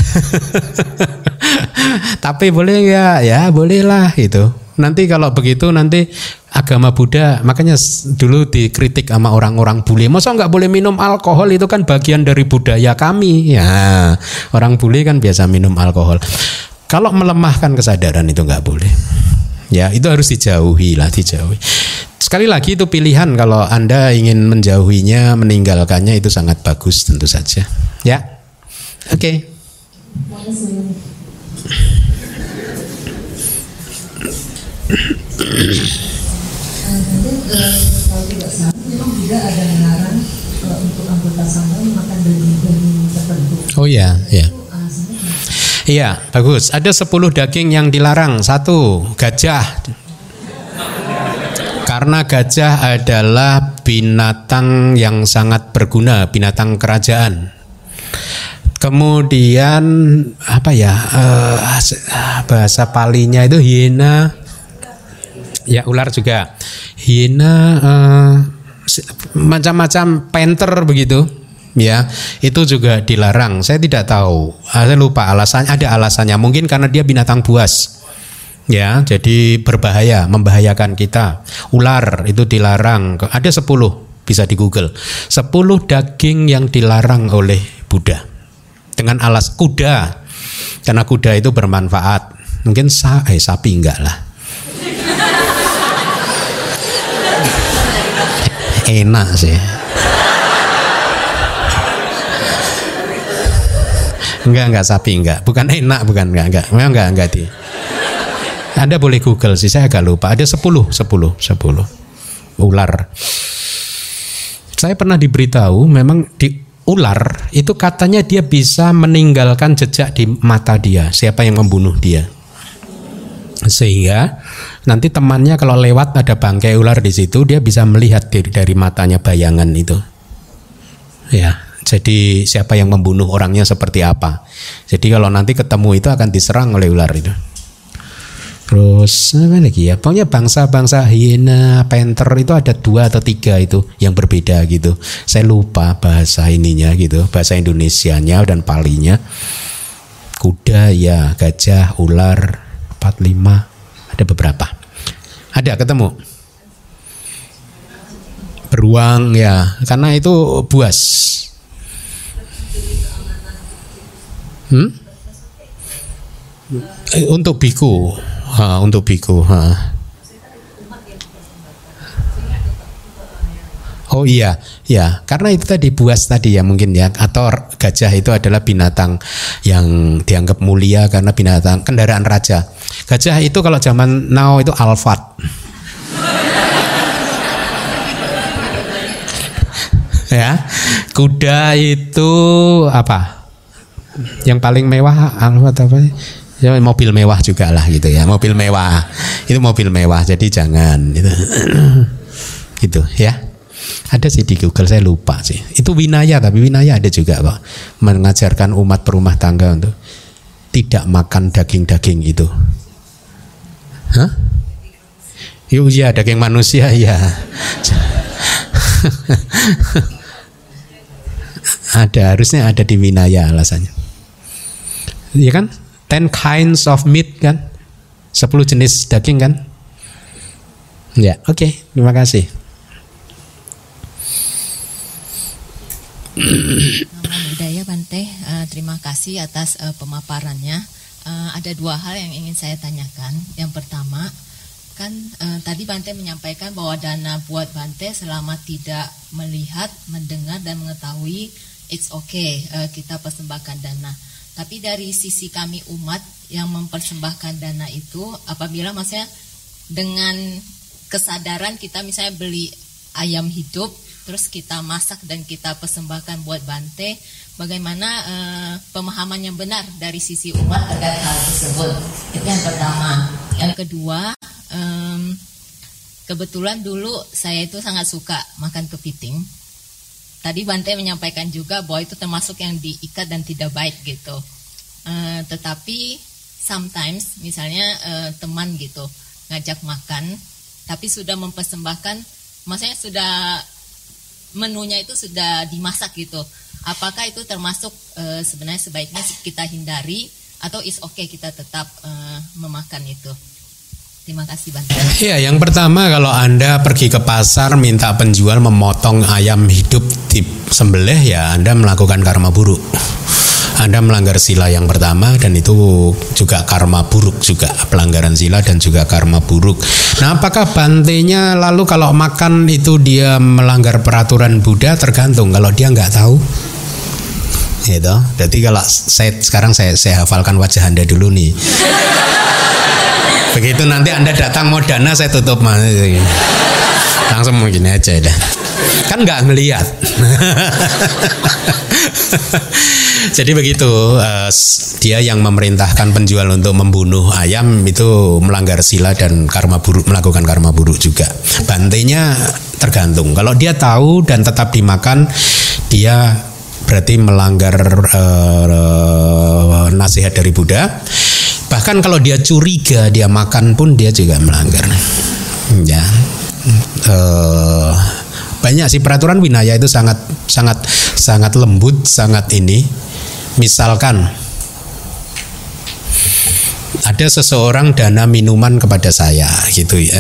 Tapi boleh ya? Ya boleh lah itu. Nanti kalau begitu nanti agama Buddha, makanya dulu dikritik sama orang-orang bule. Masa nggak boleh minum alkohol, itu kan bagian dari budaya kami. Ya, orang bule kan biasa minum alkohol. Kalau melemahkan kesadaran itu nggak boleh. Ya, itu harus dijauhi lah, dijauhi. Sekali lagi itu pilihan, kalau Anda ingin menjauhinya, meninggalkannya itu sangat bagus tentu saja. Ya. Oke. Kalau tidak salah memang tidak ada melarang untuk anggota sangga makan daging tertentu. Oh iya, ya. Iya, bagus. Ada 10 daging yang dilarang. 1, gajah. Karena gajah adalah binatang yang sangat berguna, binatang kerajaan. Kemudian apa ya, bahasa Palinya itu hiena. Ya, ular juga. Hiena, macam-macam panther begitu. Ya, itu juga dilarang. Saya tidak tahu, saya lupa alasannya. Ada alasannya, mungkin karena dia binatang buas. Ya, jadi berbahaya, membahayakan kita. Ular itu dilarang. Ada 10, bisa di Google. 10 daging yang dilarang oleh Buddha. Dengan alas kuda. Karena kuda itu bermanfaat. Mungkin sapi enggak lah. Enak sih. Enggak sapi enggak. Bukan enak, bukan enggak. Memang enggak di. Anda boleh Google sih, saya agak lupa. Ada 10 ular. Saya pernah diberitahu memang di ular itu katanya dia bisa meninggalkan jejak di mata dia, siapa yang membunuh dia. Sehingga nanti temannya kalau lewat ada bangkai ular di situ, dia bisa melihat dari matanya bayangan itu. Ya, jadi siapa yang membunuh orangnya seperti apa. Jadi kalau nanti ketemu itu akan diserang oleh ular itu. Terus apa lagi ya? Pokoknya bangsa-bangsa hiena, panther itu ada 2 atau 3 itu yang berbeda gitu. Saya lupa bahasa ininya gitu, bahasa Indonesianya dan Palinya. Kuda ya, gajah, ular, 4, 5, ada beberapa. Ada ketemu. Beruang ya, karena itu buas. Untuk biku. Untuk biku. Oh iya, ya, karena itu tadi buas tadi ya mungkin ya, atau gajah itu adalah binatang yang dianggap mulia karena binatang kendaraan raja. Gajah itu kalau zaman now itu Alphard. Ya, kuda itu apa? Yang paling mewah Alphard apa? Ya, mobil mewah juga lah gitu ya, mobil mewah itu mobil mewah, jadi jangan gitu. Gitu ya. Ada sih di Google, saya lupa sih. Itu Winaya, tapi Winaya ada juga kok, mengajarkan umat berumah tangga untuk tidak makan daging-daging itu. Hah? Iya, daging manusia ya. Harusnya ada di Vinaya alasannya. Iya kan? 10 kinds of meat kan? 10 jenis daging kan? Ya, oke, terima kasih. Namo Buddhaya Bante, terima kasih atas pemaparannya. Ada 2 hal yang ingin saya tanyakan. Yang pertama, kan tadi Bante menyampaikan bahwa dana buat Bante selama tidak melihat, mendengar dan mengetahui, it's okay, kita persembahkan dana. Tapi dari sisi kami umat yang mempersembahkan dana itu, apabila maksudnya dengan kesadaran kita misalnya beli ayam hidup, terus kita masak dan kita persembahkan buat Bante, bagaimana pemahaman yang benar dari sisi umat terkait hal tersebut? Itu yang pertama. Yang kedua, kebetulan dulu saya itu sangat suka makan kepiting. Tadi Bante menyampaikan juga bahwa itu termasuk yang diikat dan tidak baik gitu. Tetapi sometimes misalnya teman gitu ngajak makan, tapi sudah mempersembahkan, maksudnya sudah menunya itu sudah dimasak gitu. Apakah itu termasuk sebenarnya sebaiknya kita hindari atau is okay kita tetap memakan itu? Terima kasih Bante. Iya, yang pertama kalau Anda pergi ke pasar minta penjual memotong ayam hidup di sembelih, ya Anda melakukan karma buruk. Anda melanggar sila yang pertama dan itu juga karma buruk juga, pelanggaran sila dan juga karma buruk. Nah, apakah Bantenya lalu kalau makan itu dia melanggar peraturan Buddha? Tergantung. Kalau dia nggak tahu, gitu. Jadi kalau sekarang saya hafalkan wajah Anda dulu nih. Begitu nanti Anda datang mau dana, saya tutup langsung begini aja dah. Kan nggak ngelihat. Jadi begitu, dia yang memerintahkan penjual untuk membunuh ayam itu melanggar sila dan karma buruk, melakukan karma buruk juga. Bantenya tergantung. Kalau dia tahu dan tetap dimakan, dia berarti melanggar nasihat dari Buddha. Bahkan kalau dia curiga dia makan pun dia juga melanggar. Ya, banyak sih peraturan Vinaya itu sangat lembut, sangat ini. Misalkan ada seseorang dana minuman kepada saya, gitu ya.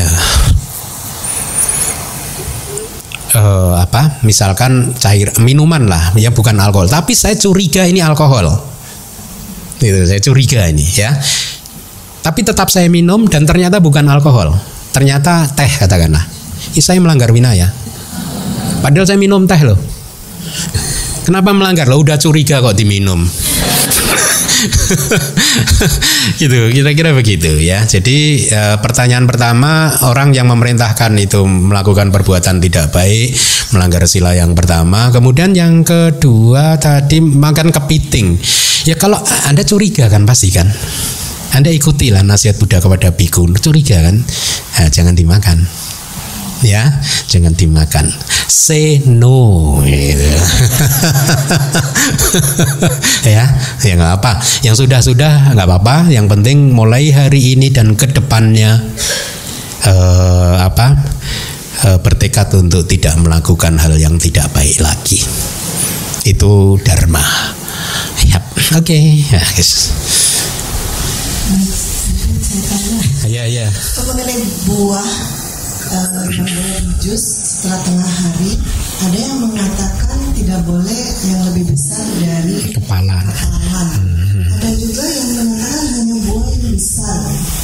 Misalkan cair minuman lah, ya bukan alkohol, tapi saya curiga ini alkohol. Itu saya curiga ini ya. Tapi tetap saya minum dan ternyata bukan alkohol. Ternyata teh katakanlah. Saya melanggar Vinaya. Padahal saya minum teh loh. Kenapa melanggar? Lo udah curiga kok diminum. Gitu, kira-kira begitu ya. Jadi pertanyaan pertama, orang yang memerintahkan itu melakukan perbuatan tidak baik, melanggar sila yang pertama. Kemudian yang kedua tadi makan kepiting. Ya kalau Anda curiga kan pasti kan, Anda ikutilah nasihat Buddha kepada biku. Curiga kan, nah, jangan dimakan. Ya, jangan dimakan. Say no. Gitu. ya nggak apa. Yang sudah nggak apa-apa. Yang penting mulai hari ini dan ke depannya bertekad untuk tidak melakukan hal yang tidak baik lagi. Itu dharma. Yap, oke. Ya, guys. Ya. Mengenai buah jus setelah tengah hari, ada yang mengatakan tidak boleh yang lebih besar dari kepala. Ada juga yang mengatakan hanya buah yang besar.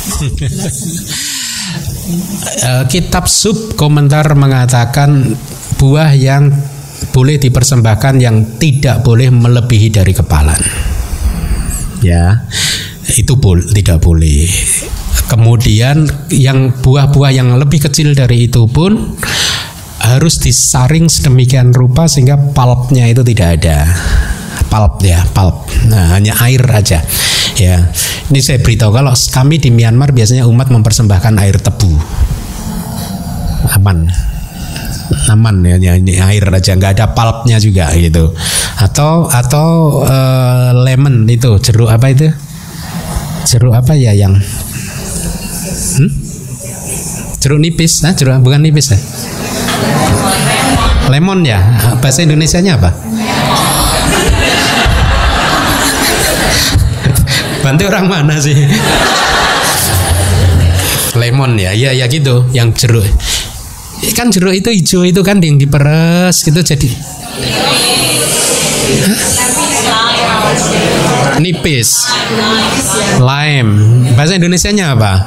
Kitab sub komentar mengatakan buah yang boleh dipersembahkan yang tidak boleh melebihi dari kepala. Ya, itu tidak boleh. Kemudian yang buah-buah yang lebih kecil dari itu pun harus disaring sedemikian rupa sehingga pulpnya itu tidak ada. Pulp. Nah, hanya air aja. Ya, ini saya beritahu kalau kami di Myanmar biasanya umat mempersembahkan air tebu. Aman ya, ini air aja, nggak ada pulpnya juga gitu. Atau lemon itu, jeruk apa itu? Jeruk apa ya yang Jeruk nipis, jeruk bukan nipis ya? Lemon ya. Bahasa Indonesianya apa? Bante orang mana sih? Lemon ya, ya gitu. Yang jeruk. Kan jeruk itu hijau itu kan yang diperes gitu jadi. Nipis. Lime. Bahasa Indonesianya apa?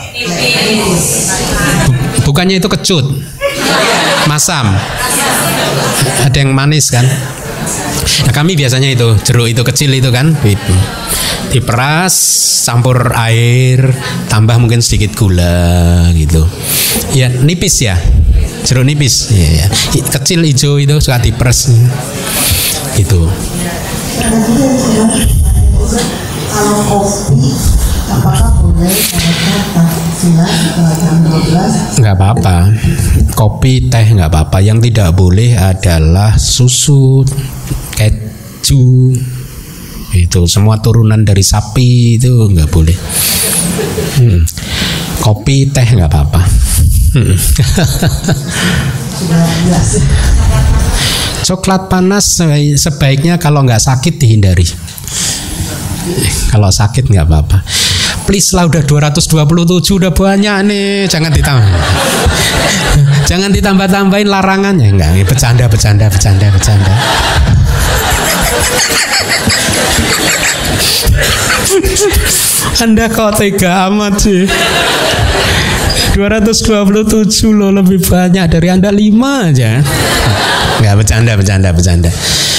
Bukannya itu kecut. Masam. Ada yang manis kan? Nah, kami biasanya itu jeruk itu kecil itu kan, diperas, campur air, tambah mungkin sedikit gula gitu. Ya nipis ya, jeruk nipis. Ya. Kecil hijau itu suka diperas gitu. Kalau kopi apakah boleh jam 12? Nggak apa-apa. Kopi, teh nggak apa-apa. Yang tidak boleh adalah susu, keju, itu semua turunan dari sapi itu nggak boleh. Kopi, teh nggak apa-apa. Coklat panas sebaiknya kalau nggak sakit dihindari. Kalau sakit nggak apa-apa. Please lah, udah 227 udah banyak nih, jangan ditambah. Jangan ditambah-tambahin larangannya. Enggak, bercanda. Anda kok tega amat sih. 227 loh, lebih banyak dari Anda 5 aja. Enggak, bercanda.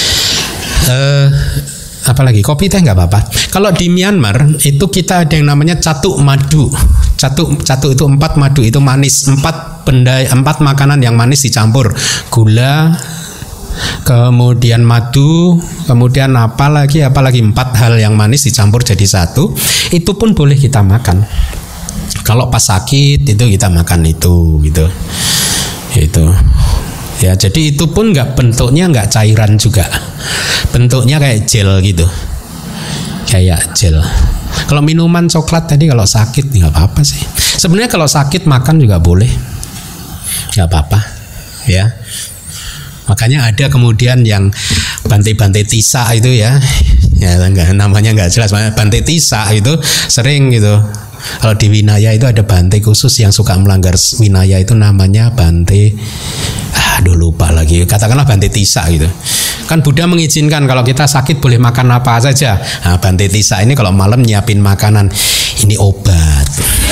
Apalagi kopi teh nggak apa-apa. Kalau di Myanmar itu kita ada yang namanya catuk madu. Catuk itu 4, madu itu manis. 4 makanan yang manis dicampur gula, kemudian madu, kemudian apalagi 4 hal yang manis dicampur jadi satu. Itu pun boleh kita makan. Kalau pas sakit itu kita makan itu gitu. Itu. Ya, jadi itu pun bentuknya nggak cairan juga, bentuknya kayak gel gitu, kayak gel. Kalau minuman coklat tadi kalau sakit nggak apa-apa sih. Sebenarnya kalau sakit makan juga boleh, nggak apa-apa, ya. Makanya ada kemudian yang Bante Tisa itu ya namanya nggak jelas. Bante Tisa itu sering gitu. Kalau di Winaya itu ada Bante khusus yang suka melanggar Winaya itu namanya Bante. Aduh lupa lagi. Katakanlah Bante Tisa gitu. Kan Buddha mengizinkan kalau kita sakit boleh makan apa saja. Nah, Bante Tisa ini kalau malam nyiapin makanan, ini obat.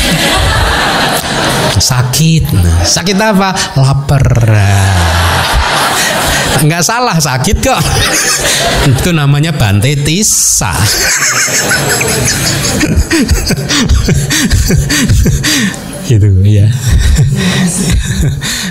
Sakit. Nah, sakit apa? Lapar. Nggak salah, sakit kok. Itu namanya Bante Tisa. Gitu ya.